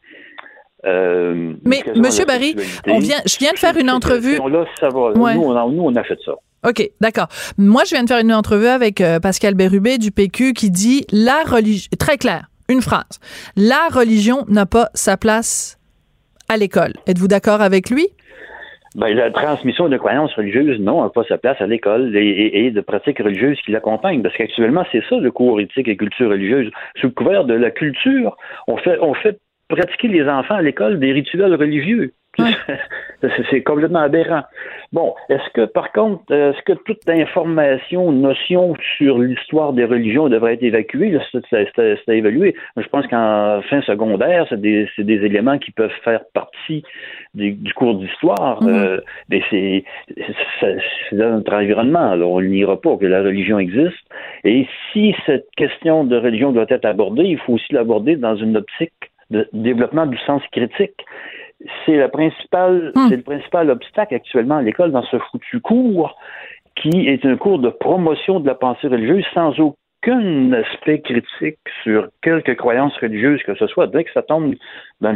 Mais, M. Barry, je viens de faire une entrevue. Là, ça va. Ouais. Nous, on a fait ça. OK, d'accord. Moi, je viens de faire une entrevue avec Pascal Bérubé du PQ qui dit la religion, très clair, une phrase. La religion n'a pas sa place à l'école. Êtes-vous d'accord avec lui? La transmission de croyances religieuses, non, n'a pas sa place à l'école et de pratiques religieuses qui l'accompagnent. Parce qu'actuellement, c'est ça, le cours éthique et culture religieuse. Sous le couvert de la culture, on fait pratiquer les enfants à l'école des rituels religieux. Ouais. C'est complètement aberrant. Bon, est-ce que toute information, notion sur l'histoire des religions devrait être évacuée? Là, c'est à évaluer. Je pense qu'en fin secondaire, c'est des éléments qui peuvent faire partie du cours d'histoire. Mais c'est dans notre environnement. Alors, on ne niera pas que la religion existe. Et si cette question de religion doit être abordée, il faut aussi l'aborder dans une optique de développement du sens critique. C'est le principal obstacle actuellement à l'école dans ce foutu cours qui est un cours de promotion de la pensée religieuse sans aucun aspect critique sur quelque croyance religieuse que ce soit. Dès que ça tombe dans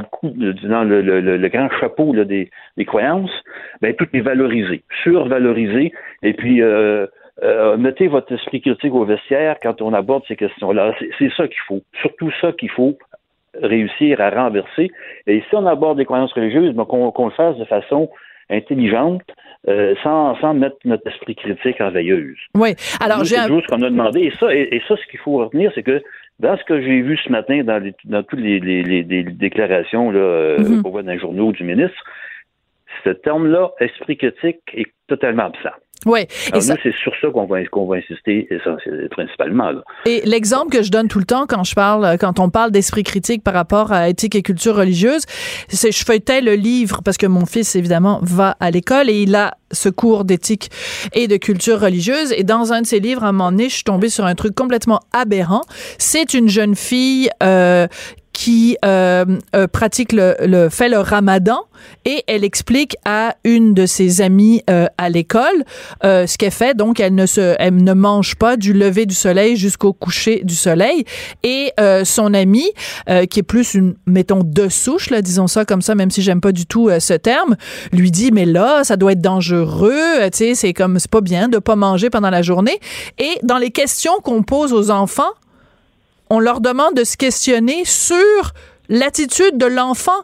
le grand chapeau là, des croyances, tout est valorisé, survalorisé, et puis mettez votre esprit critique au vestiaire quand on aborde ces questions-là. C'est ça qu'il faut, surtout ça qu'il faut réussir à renverser. Et si on aborde des croyances religieuses, qu'on le fasse de façon intelligente, sans mettre notre esprit critique en veilleuse. Oui. Alors, c'est juste ce qu'on a demandé. Et ça, ce qu'il faut retenir, c'est que dans ce que j'ai vu ce matin dans toutes les déclarations là, qu'on voit dans les journaux du ministre, ce terme-là, esprit critique, est totalement absent. Oui. Alors nous, c'est sur ça qu'on va insister principalement. Là. Et l'exemple que je donne tout le temps quand on parle d'esprit critique par rapport à éthique et culture religieuse, c'est je feuilletais le livre parce que mon fils, évidemment, va à l'école et il a ce cours d'éthique et de culture religieuse. Et dans un de ses livres, à un moment donné, je suis tombée sur un truc complètement aberrant. C'est une jeune fille qui pratique fait le ramadan et elle explique à une de ses amies à l'école ce qu'elle fait. Donc, elle ne mange pas du lever du soleil jusqu'au coucher du soleil. Et son amie, qui est plus mettons, de souche, là, disons ça comme ça, même si j'aime pas du tout ce terme, lui dit, mais là, ça doit être dangereux, tu sais, c'est pas bien de pas manger pendant la journée. Et dans les questions qu'on pose aux enfants, on leur demande de se questionner sur l'attitude de l'enfant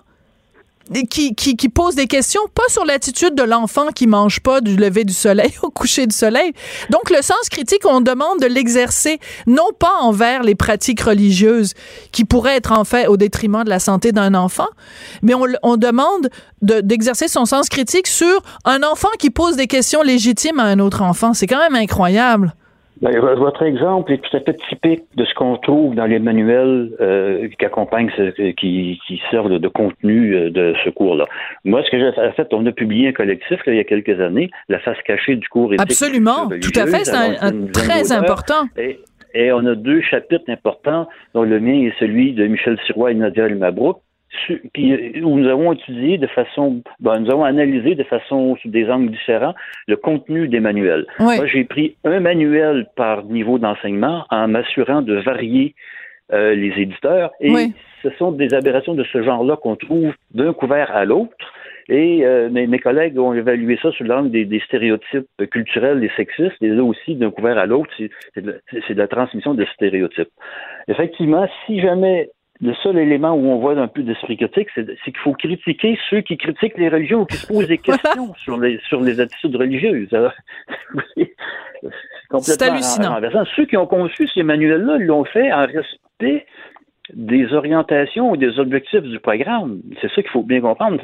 qui pose des questions, pas sur l'attitude de l'enfant qui mange pas du lever du soleil au coucher du soleil. Donc, le sens critique, on demande de l'exercer, non pas envers les pratiques religieuses qui pourraient être en fait au détriment de la santé d'un enfant, mais on demande d'exercer son sens critique sur un enfant qui pose des questions légitimes à un autre enfant. C'est quand même incroyable. Ben, votre exemple est tout à fait typique de ce qu'on trouve dans les manuels qui accompagnent, qui servent de contenu de ce cours-là. Moi, ce que j'ai fait, on a publié un collectif là, il y a quelques années, La face cachée du cours éthique. Absolument, tout à fait, c'est un très important. Et on a 2 chapitres importants, dont le mien est celui de Michel Sirois et Nadia El-Mabrouk, où nous avons étudié nous avons analysé de façon sous des angles différents le contenu des manuels. Oui. Moi, j'ai pris un manuel par niveau d'enseignement en m'assurant de varier les éditeurs. Et ce sont des aberrations de ce genre-là qu'on trouve d'un couvert à l'autre. Et mes collègues ont évalué ça sous l'angle des stéréotypes culturels et sexistes. Et là aussi, d'un couvert à l'autre, c'est de la transmission de stéréotypes. Effectivement, si jamais le seul élément où on voit un peu d'esprit critique, c'est qu'il faut critiquer ceux qui critiquent les religions ou qui se posent des questions sur les attitudes religieuses. Alors, c'est complètement renversant. Ceux qui ont conçu ces manuels-là l'ont fait en respect des orientations et des objectifs du programme. C'est ça qu'il faut bien comprendre.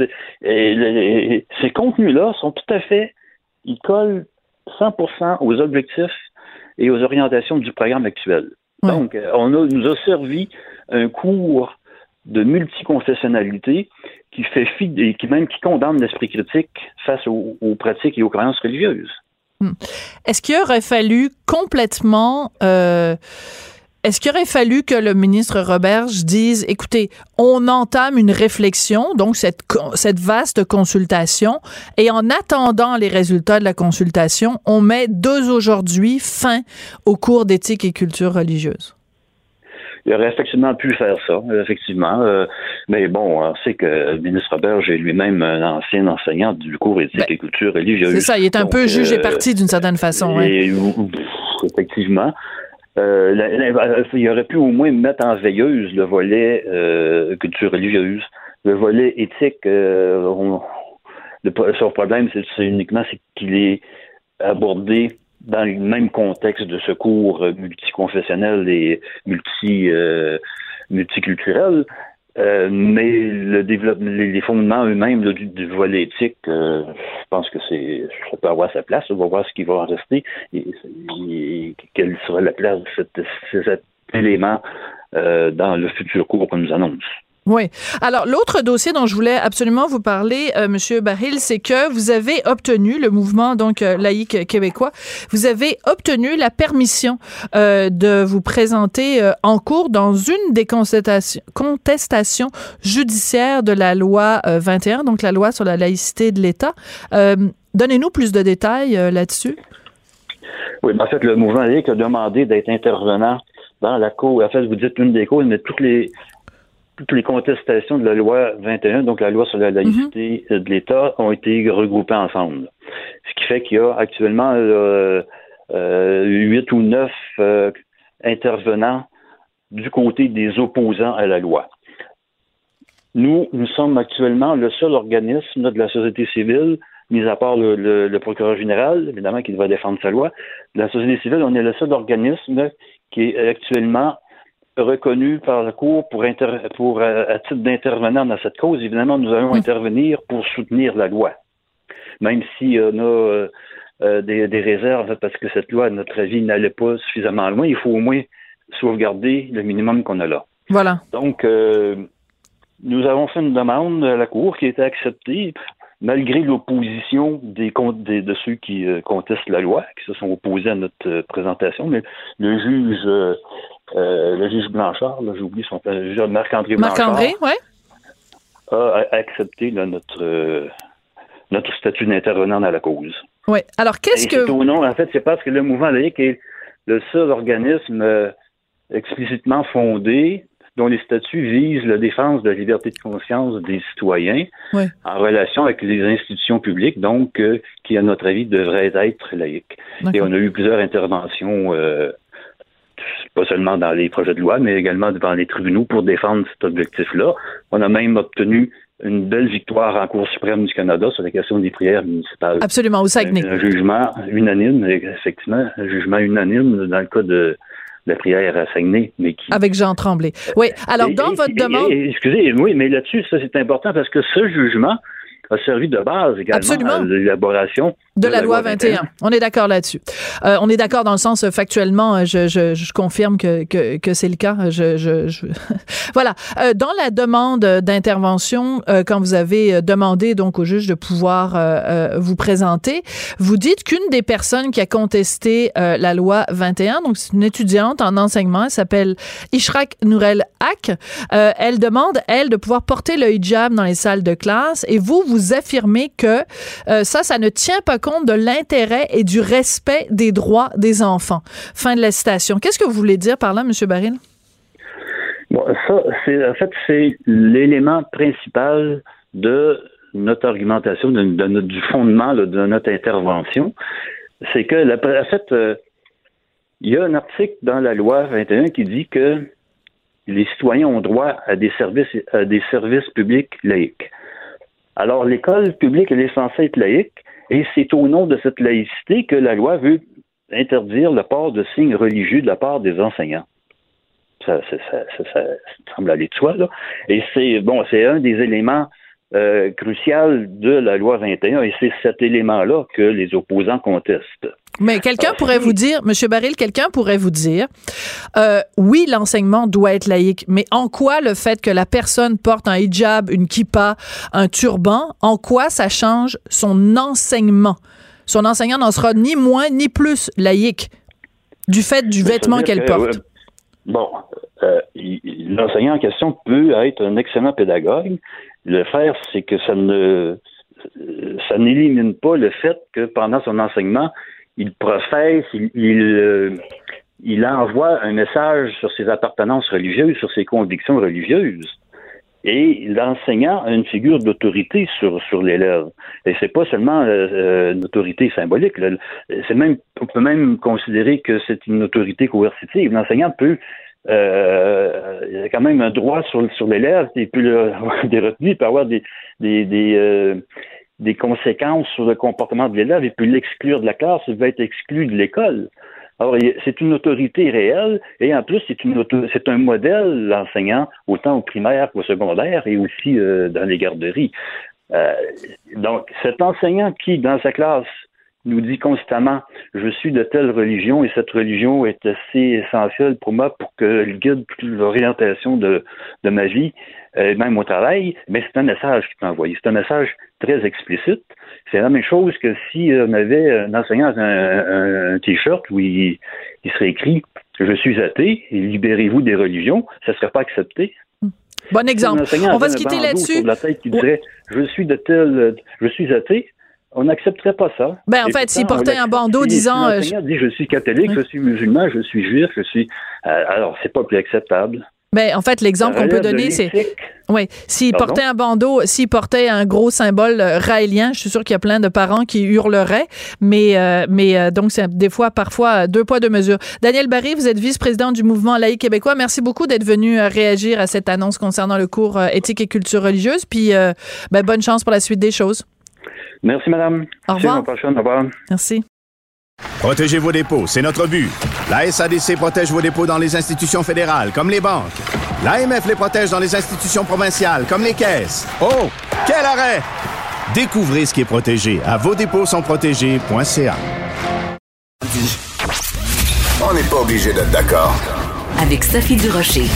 Ces contenus-là sont tout à fait, ils collent 100% aux objectifs et aux orientations du programme actuel. Ouais. Donc, nous a servi un cours de multiconfessionnalité qui condamne l'esprit critique face aux pratiques et aux croyances religieuses. Est-ce qu'il aurait fallu complètement... Est-ce qu'il aurait fallu que le ministre Roberge dise, écoutez, on entame une réflexion, donc cette vaste consultation, et en attendant les résultats de la consultation, on met dès aujourd'hui fin au cours d'éthique et culture religieuse? Il aurait effectivement pu faire ça, effectivement. Mais bon, on sait que le ministre Roberge est lui-même un ancien enseignant du cours éthique et culture religieuse. C'est ça, il est un peu jugé parti d'une certaine façon. Effectivement. Il aurait pu au moins mettre en veilleuse le volet culture religieuse. Le volet éthique, son problème, c'est qu'il est abordé dans le même contexte de ce cours multiconfessionnel et multiculturel, mais les fondements eux-mêmes du volet éthique, je pense que ça peut avoir sa place. On va voir ce qui va en rester et quelle sera la place de cet élément dans le futur cours qu'on nous annonce. Oui. Alors, l'autre dossier dont je voulais absolument vous parler, Monsieur Baril, c'est que vous avez obtenu, le mouvement donc laïque québécois, vous avez obtenu la permission de vous présenter en cours dans une des contestations judiciaires de la loi 21, donc la loi sur la laïcité de l'État. Donnez-nous plus de détails là-dessus. Oui, en fait, le mouvement laïque a demandé d'être intervenant dans la cour. En fait, vous dites une des causes, mais toutes les contestations de la loi 21, donc la loi sur la laïcité de l'État, ont été regroupées ensemble. Ce qui fait qu'il y a actuellement 8 ou 9 intervenants du côté des opposants à la loi. Nous sommes actuellement le seul organisme de la société civile, mis à part le procureur général, évidemment, qui devrait défendre sa loi. De la société civile, on est le seul organisme qui est actuellement reconnu par la Cour à titre d'intervenant dans cette cause. Évidemment, nous allons intervenir pour soutenir la loi. Même si on a des réserves parce que cette loi, à notre avis, n'allait pas suffisamment loin, il faut au moins sauvegarder le minimum qu'on a là. Voilà. Donc, nous avons fait une demande à la Cour qui a été acceptée malgré l'opposition de ceux qui contestent la loi, qui se sont opposés à notre présentation. Mais le juge Blanchard, j'ai oublié son nom, le juge Marc-André Blanchard. Marc-André, oui. A accepté notre statut d'intervenant dans la cause. Oui. Alors, qu'est-ce que... En fait, c'est parce que le mouvement laïque est le seul organisme explicitement fondé dont les statuts visent la défense de la liberté de conscience des citoyens en relation avec les institutions publiques, donc qui, à notre avis, devraient être laïques. Et on a eu plusieurs interventions, pas seulement dans les projets de loi, mais également devant les tribunaux pour défendre cet objectif-là. On a même obtenu une belle victoire en Cour suprême du Canada sur la question des prières municipales. Absolument, au Saguenay. Un jugement unanime, effectivement, un jugement unanime dans le cas de la prière à Saguenay, mais qui... Avec Jean Tremblay. Oui, alors dans votre demande... Excusez, oui, mais là-dessus, ça c'est important parce que ce jugement a servi de base également à l'élaboration de la loi 21. On est d'accord là-dessus. On est d'accord dans le sens factuellement, je confirme que c'est le cas. Voilà. Dans la demande d'intervention, quand vous avez demandé donc au juge de pouvoir vous présenter, vous dites qu'une des personnes qui a contesté la loi 21, donc c'est une étudiante en enseignement, elle s'appelle Ishraq Nourel Haq, elle demande, elle, de pouvoir porter le hijab dans les salles de classe, et vous affirmez que ça ne tient pas compte de l'intérêt et du respect des droits des enfants. Fin de la citation. Qu'est-ce que vous voulez dire par là, M. Baril? Bon, ça, c'est l'élément principal de notre argumentation, du fondement de notre intervention. C'est que, il y a un article dans la loi 21 qui dit que les citoyens ont droit à des services publics laïques. Alors, l'école publique, elle est censée être laïque, et c'est au nom de cette laïcité que la loi veut interdire le port de signes religieux de la part des enseignants. Ça semble aller de soi, là. Et c'est un des éléments crucial de la loi 21, et c'est cet élément-là que les opposants contestent. Mais quelqu'un pourrait vous dire, M. Baril, oui, l'enseignement doit être laïque, mais en quoi le fait que la personne porte un hijab, une kippa, un turban, en quoi ça change son enseignement? Son enseignant n'en sera ni moins ni plus laïque du fait du vêtement qu'elle porte. L'enseignant en question peut être un excellent pédagogue. Le faire, c'est que ça n'élimine pas le fait que pendant son enseignement, il professe, il envoie un message sur ses appartenances religieuses, sur ses convictions religieuses. Et l'enseignant a une figure d'autorité sur l'élève. Et c'est pas seulement une autorité symbolique. On peut même considérer que c'est une autorité coercitive. L'enseignant peut il a quand même un droit sur l'élève, il peut avoir des retenues, il peut avoir des conséquences sur le comportement de l'élève, il peut l'exclure de la classe, il va être exclu de l'école. Alors, c'est une autorité réelle, et en plus, c'est un modèle, l'enseignant, autant au primaire qu'au secondaire, et aussi dans les garderies. Donc, cet enseignant qui, dans sa classe, nous dit constamment « Je suis de telle religion et cette religion est assez essentielle pour moi pour qu'elle guide l'orientation de ma vie, même au travail », mais c'est un message qu'il peut envoyer. C'est un message très explicite. C'est la même chose que si on avait un enseignant un T-shirt où il serait écrit « Je suis athée et libérez-vous des religions », ça ne serait pas accepté. Bon exemple. On va se quitter là-dessus. Sur la tête qui dirait « Je suis athée », on n'accepterait pas ça. En fait, s'il portait un bandeau disant... l'enseignant dit « Je suis catholique, je suis musulman, je suis juif, je suis... » Alors, c'est pas plus acceptable. En fait, l'exemple qu'on peut donner, c'est... Oui, s'il portait un bandeau, s'il portait un gros symbole raélien, je suis sûr qu'il y a plein de parents qui hurleraient, mais donc c'est des fois, parfois, deux poids, deux mesures. Daniel Baril, vous êtes vice-président du Mouvement laïque québécois. Merci beaucoup d'être venu réagir à cette annonce concernant le cours éthique et culture religieuse, puis bonne chance pour la suite des choses. Merci, madame. Au revoir. Au revoir. Merci. Protégez vos dépôts, c'est notre but. La SADC protège vos dépôts dans les institutions fédérales, comme les banques. L'AMF les protège dans les institutions provinciales, comme les caisses. Oh, quel arrêt! Découvrez ce qui est protégé à vosdépôtssontprotégés.ca. On n'est pas obligé d'être d'accord. Avec Sophie Durocher.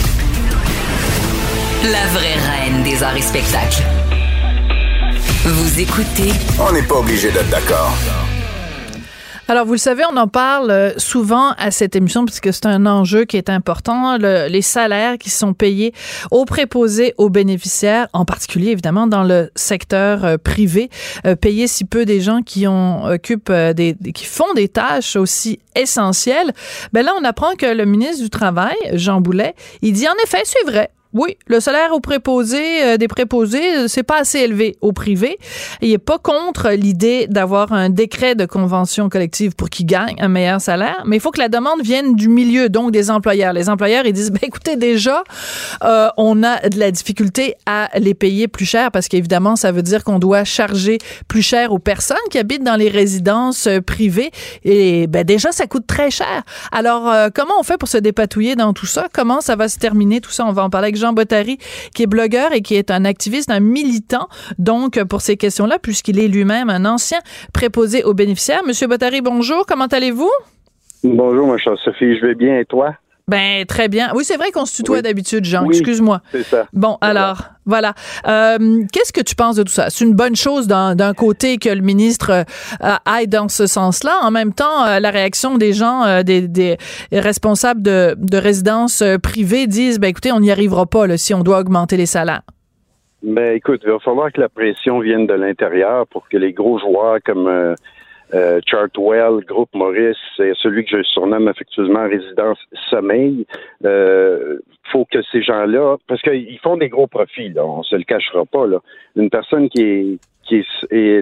La vraie reine des arts et spectacles. Vous écoutez. On n'est pas obligé d'être d'accord. Alors, vous le savez, on en parle souvent à cette émission parce que c'est un enjeu qui est important. Les salaires qui sont payés aux préposés, aux bénéficiaires, en particulier, évidemment, dans le secteur privé, payer si peu des gens qui qui font des tâches aussi essentielles. Là, on apprend que le ministre du Travail, Jean Boulet, il dit, en effet, c'est vrai. Oui, le salaire aux préposés, des préposés, c'est pas assez élevé au privé. Il est pas contre l'idée d'avoir un décret de convention collective pour qu'ils gagnent un meilleur salaire, mais il faut que la demande vienne du milieu, donc des employeurs. Les employeurs, ils disent, écoutez, déjà, on a de la difficulté à les payer plus cher parce qu'évidemment, ça veut dire qu'on doit charger plus cher aux personnes qui habitent dans les résidences privées et déjà, ça coûte très cher. Alors, comment on fait pour se dépatouiller dans tout ça? Comment ça va se terminer tout ça? On va en parler avec Jean Bottary, qui est blogueur et qui est un activiste, un militant, donc, pour ces questions-là, puisqu'il est lui-même un ancien préposé aux bénéficiaires. Monsieur Bottary, bonjour, comment allez-vous? Bonjour, ma chère Sophie, je vais bien, et toi? Ben, très bien. Oui, c'est vrai qu'on se tutoie d'habitude, Jean, oui, excuse-moi. C'est ça. Bon, alors, voilà. Qu'est-ce que tu penses de tout ça? C'est une bonne chose d'un côté que le ministre aille dans ce sens-là. En même temps, la réaction des gens, des responsables de résidences privées disent, ben écoutez, on n'y arrivera pas là, si on doit augmenter les salaires. Ben écoute, il va falloir que la pression vienne de l'intérieur pour que les gros joueurs comme Chartwell, Groupe Maurice, c'est celui que je surnomme affectueusement Résidence Sommeil. Faut que ces gens-là, parce qu'ils font des gros profits, là, on se le cachera pas. Là. Une personne qui est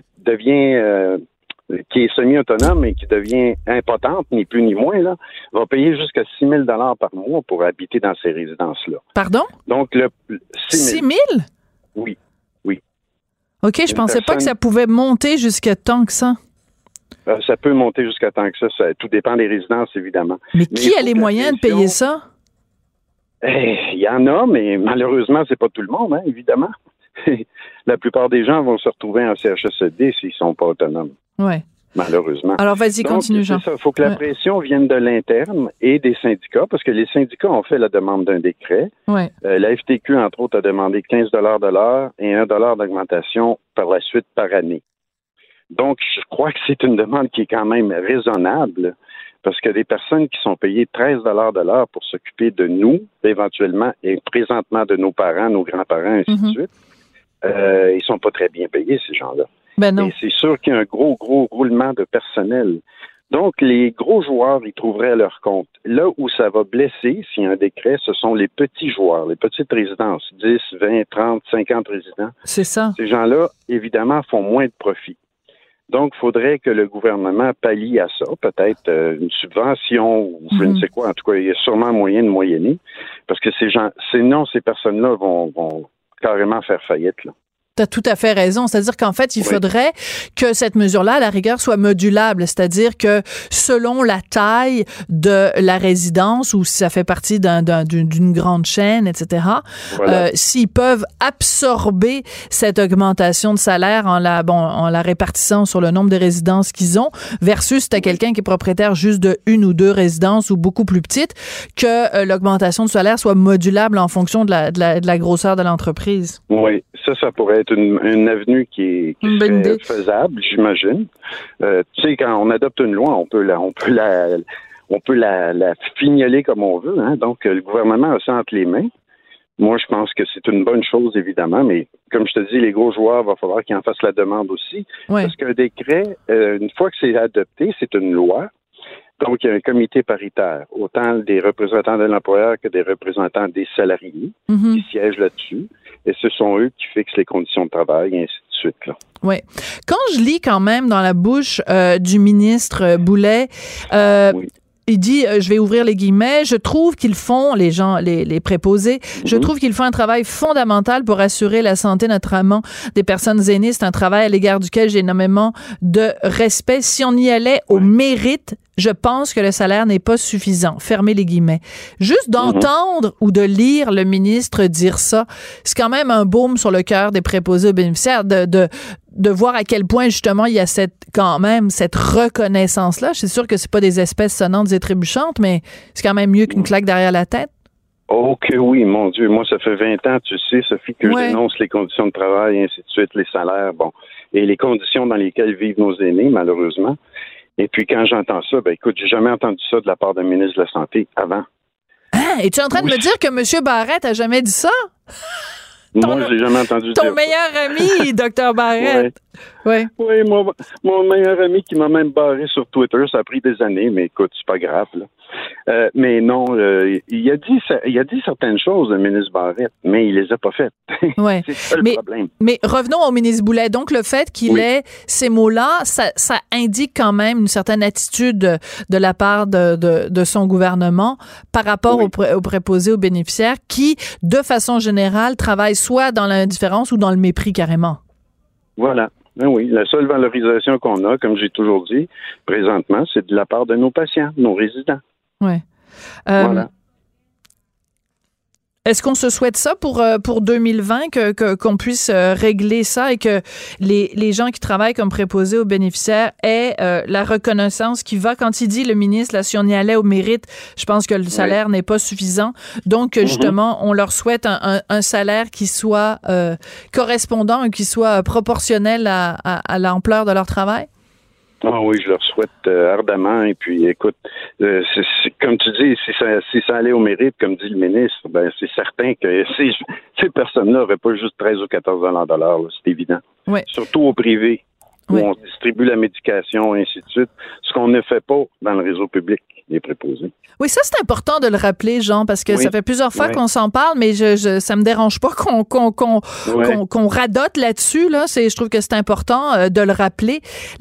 semi-autonome et qui devient impotente, ni plus ni moins, là, va payer jusqu'à 6 000 $ par mois pour habiter dans ces résidences-là. Pardon? Donc 6 000? Oui. OK, je pensais pas que ça pouvait monter jusqu'à tant que ça. Ça peut monter jusqu'à tant que ça. Tout dépend des résidences, évidemment. Mais qui a les moyens de payer ça? Il y en a, mais malheureusement, c'est pas tout le monde, hein, évidemment. La plupart des gens vont se retrouver en CHSLD s'ils sont pas autonomes. Oui. Malheureusement. Alors, vas-y, continue, Jean. Il faut que la pression vienne de l'interne et des syndicats, parce que les syndicats ont fait la demande d'un décret. Ouais. La FTQ, entre autres, a demandé 15 $ de l'heure et 1 $ d'augmentation par la suite par année. Donc, je crois que c'est une demande qui est quand même raisonnable, parce que des personnes qui sont payées 13 $ de l'heure pour s'occuper de nous, éventuellement, et présentement de nos parents, nos grands-parents, ainsi de suite, ils sont pas très bien payés, ces gens-là. Ben non. Et c'est sûr qu'il y a un gros roulement de personnel. Donc, les gros joueurs, ils trouveraient leur compte. Là où ça va blesser, s'il y a un décret, ce sont les petits joueurs, les petites résidences, 10, 20, 30, 50 résidents. C'est ça. Ces gens-là, évidemment, font moins de profit. Donc, il faudrait que le gouvernement pallie à ça, peut-être une subvention ou je ne sais quoi. En tout cas, il y a sûrement moyen de moyenner, parce que sinon, ces personnes-là vont carrément faire faillite, là. Tu as tout à fait raison. C'est-à-dire qu'en fait, il faudrait que cette mesure-là, à la rigueur, soit modulable. C'est-à-dire que selon la taille de la résidence ou si ça fait partie d'une grande chaîne, etc., s'ils peuvent absorber cette augmentation de salaire en la répartissant sur le nombre de résidences qu'ils ont, versus si tu as quelqu'un qui est propriétaire juste de une ou deux résidences ou beaucoup plus petites, que l'augmentation de salaire soit modulable en fonction de la grosseur de l'entreprise. Oui, ça pourrait être une avenue qui serait faisable, j'imagine. Tu sais, quand on adopte une loi, on peut la fignoler comme on veut, hein. Donc, le gouvernement a ça entre les mains. Moi, je pense que c'est une bonne chose, évidemment, mais comme je te dis, les gros joueurs, il va falloir qu'ils en fassent la demande aussi. Ouais. Parce qu'un décret, une fois que c'est adopté, c'est une loi. Donc, il y a un comité paritaire, autant des représentants de l'employeur que des représentants des salariés qui siègent là-dessus. Et ce sont eux qui fixent les conditions de travail, et ainsi de suite, là. Oui. Quand je lis quand même dans la bouche du ministre Boulet, il dit, je vais ouvrir les guillemets, je trouve qu'ils font, les gens, les préposés, je trouve qu'ils font un travail fondamental pour assurer la santé, notamment des personnes aînées. C'est un travail à l'égard duquel j'ai énormément de respect. Si on y allait au mérite, je pense que le salaire n'est pas suffisant. Fermez les guillemets. Juste d'entendre ou de lire le ministre dire ça, c'est quand même un baume sur le cœur des préposés aux bénéficiaires de voir à quel point, justement, il y a cette reconnaissance-là. Je suis sûre que c'est pas des espèces sonnantes et trébuchantes, mais c'est quand même mieux qu'une claque derrière la tête. Oh que oui, mon Dieu. Moi, ça fait 20 ans, tu sais, Sophie, que je dénonce les conditions de travail, et ainsi de suite, les salaires, et les conditions dans lesquelles vivent nos aînés, malheureusement. Et puis, quand j'entends ça, écoute, j'ai jamais entendu ça de la part d'un ministre de la Santé avant. Ah, es-tu en train de me dire que M. Barrette a jamais dit ça? Moi, je l'ai jamais entendu dire. Ton meilleur ami, Dr. Barrette. Oui, mon meilleur ami qui m'a même barré sur Twitter, ça a pris des années, mais écoute, c'est pas grave, là. Mais non, il a dit certaines choses, le ministre Barrette, mais il les a pas faites. Ouais. C'est ça le problème. Mais revenons au ministre Boulet. Donc, le fait qu'il ait ces mots-là, ça indique quand même une certaine attitude de la part de son gouvernement par rapport aux préposés aux bénéficiaires qui, de façon générale, travaillent soit dans l'indifférence ou dans le mépris carrément. Voilà. Oui, la seule valorisation qu'on a, comme j'ai toujours dit, présentement, c'est de la part de nos patients, nos résidents. Oui. Voilà. Est-ce qu'on se souhaite ça pour 2020, qu'on puisse régler ça et que les gens qui travaillent comme préposés aux bénéficiaires aient la reconnaissance qui va, quand il dit, le ministre, là, si on y allait au mérite, je pense que le salaire n'est pas suffisant. Donc, justement, on leur souhaite un salaire qui soit correspondant et qui soit proportionnel à l'ampleur de leur travail? Ah oui, je leur souhaite ardemment. Et puis, écoute, c'est comme tu dis, si ça allait au mérite, comme dit le ministre, ben c'est certain que ces personnes-là n'auraient pas juste 13 ou 14 $ de l'heure, là, c'est évident. Oui. Surtout au privé, où on distribue la médication, et ainsi de suite, ce qu'on ne fait pas dans le réseau public, les préposés. Oui, ça, c'est important de le rappeler, Jean, parce que ça fait plusieurs fois qu'on s'en parle, mais ça me dérange pas qu'on radote là-dessus. Là. Je trouve que c'est important de le rappeler.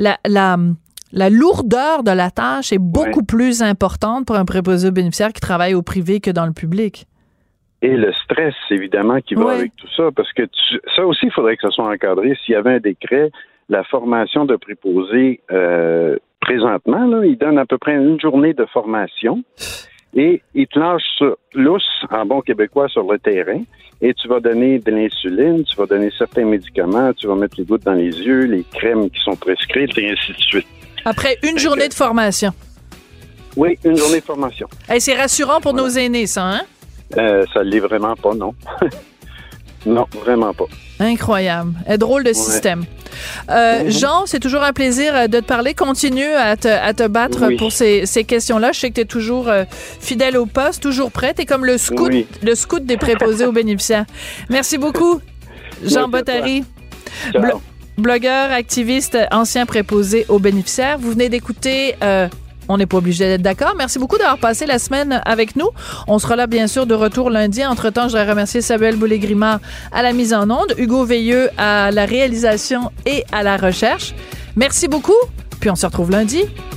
La lourdeur de la tâche est beaucoup plus importante pour un préposé aux bénéficiaires qui travaille au privé que dans le public. Et le stress, évidemment, qui va avec tout ça, parce que ça aussi, il faudrait que ça soit encadré. S'il y avait un décret, la formation de préposés, présentement, là, il donne à peu près une journée de formation et il te lâche lousse, en bon québécois, sur le terrain et tu vas donner de l'insuline, tu vas donner certains médicaments, tu vas mettre les gouttes dans les yeux, les crèmes qui sont prescrites et ainsi de suite. Après une journée de formation. Oui, une journée de formation. Hey, c'est rassurant pour nos aînés, ça, hein? Ça ne l'est vraiment pas, non. Non, vraiment pas. Incroyable. Drôle de système. Jean, c'est toujours un plaisir de te parler. Continue à te battre pour ces questions-là. Je sais que tu es toujours fidèle au poste, toujours prêt. Tu es comme le scout des préposés aux bénéficiaires. Merci beaucoup, Jean Bottary. Blogueur, activiste, ancien préposé aux bénéficiaires. Vous venez d'écouter... On n'est pas obligé d'être d'accord. Merci beaucoup d'avoir passé la semaine avec nous. On sera là, bien sûr, de retour lundi. Entre-temps, je voudrais remercier Samuel Boulay-Grimard à la mise en onde, Hugo Veilleux à la réalisation et à la recherche. Merci beaucoup, puis on se retrouve lundi.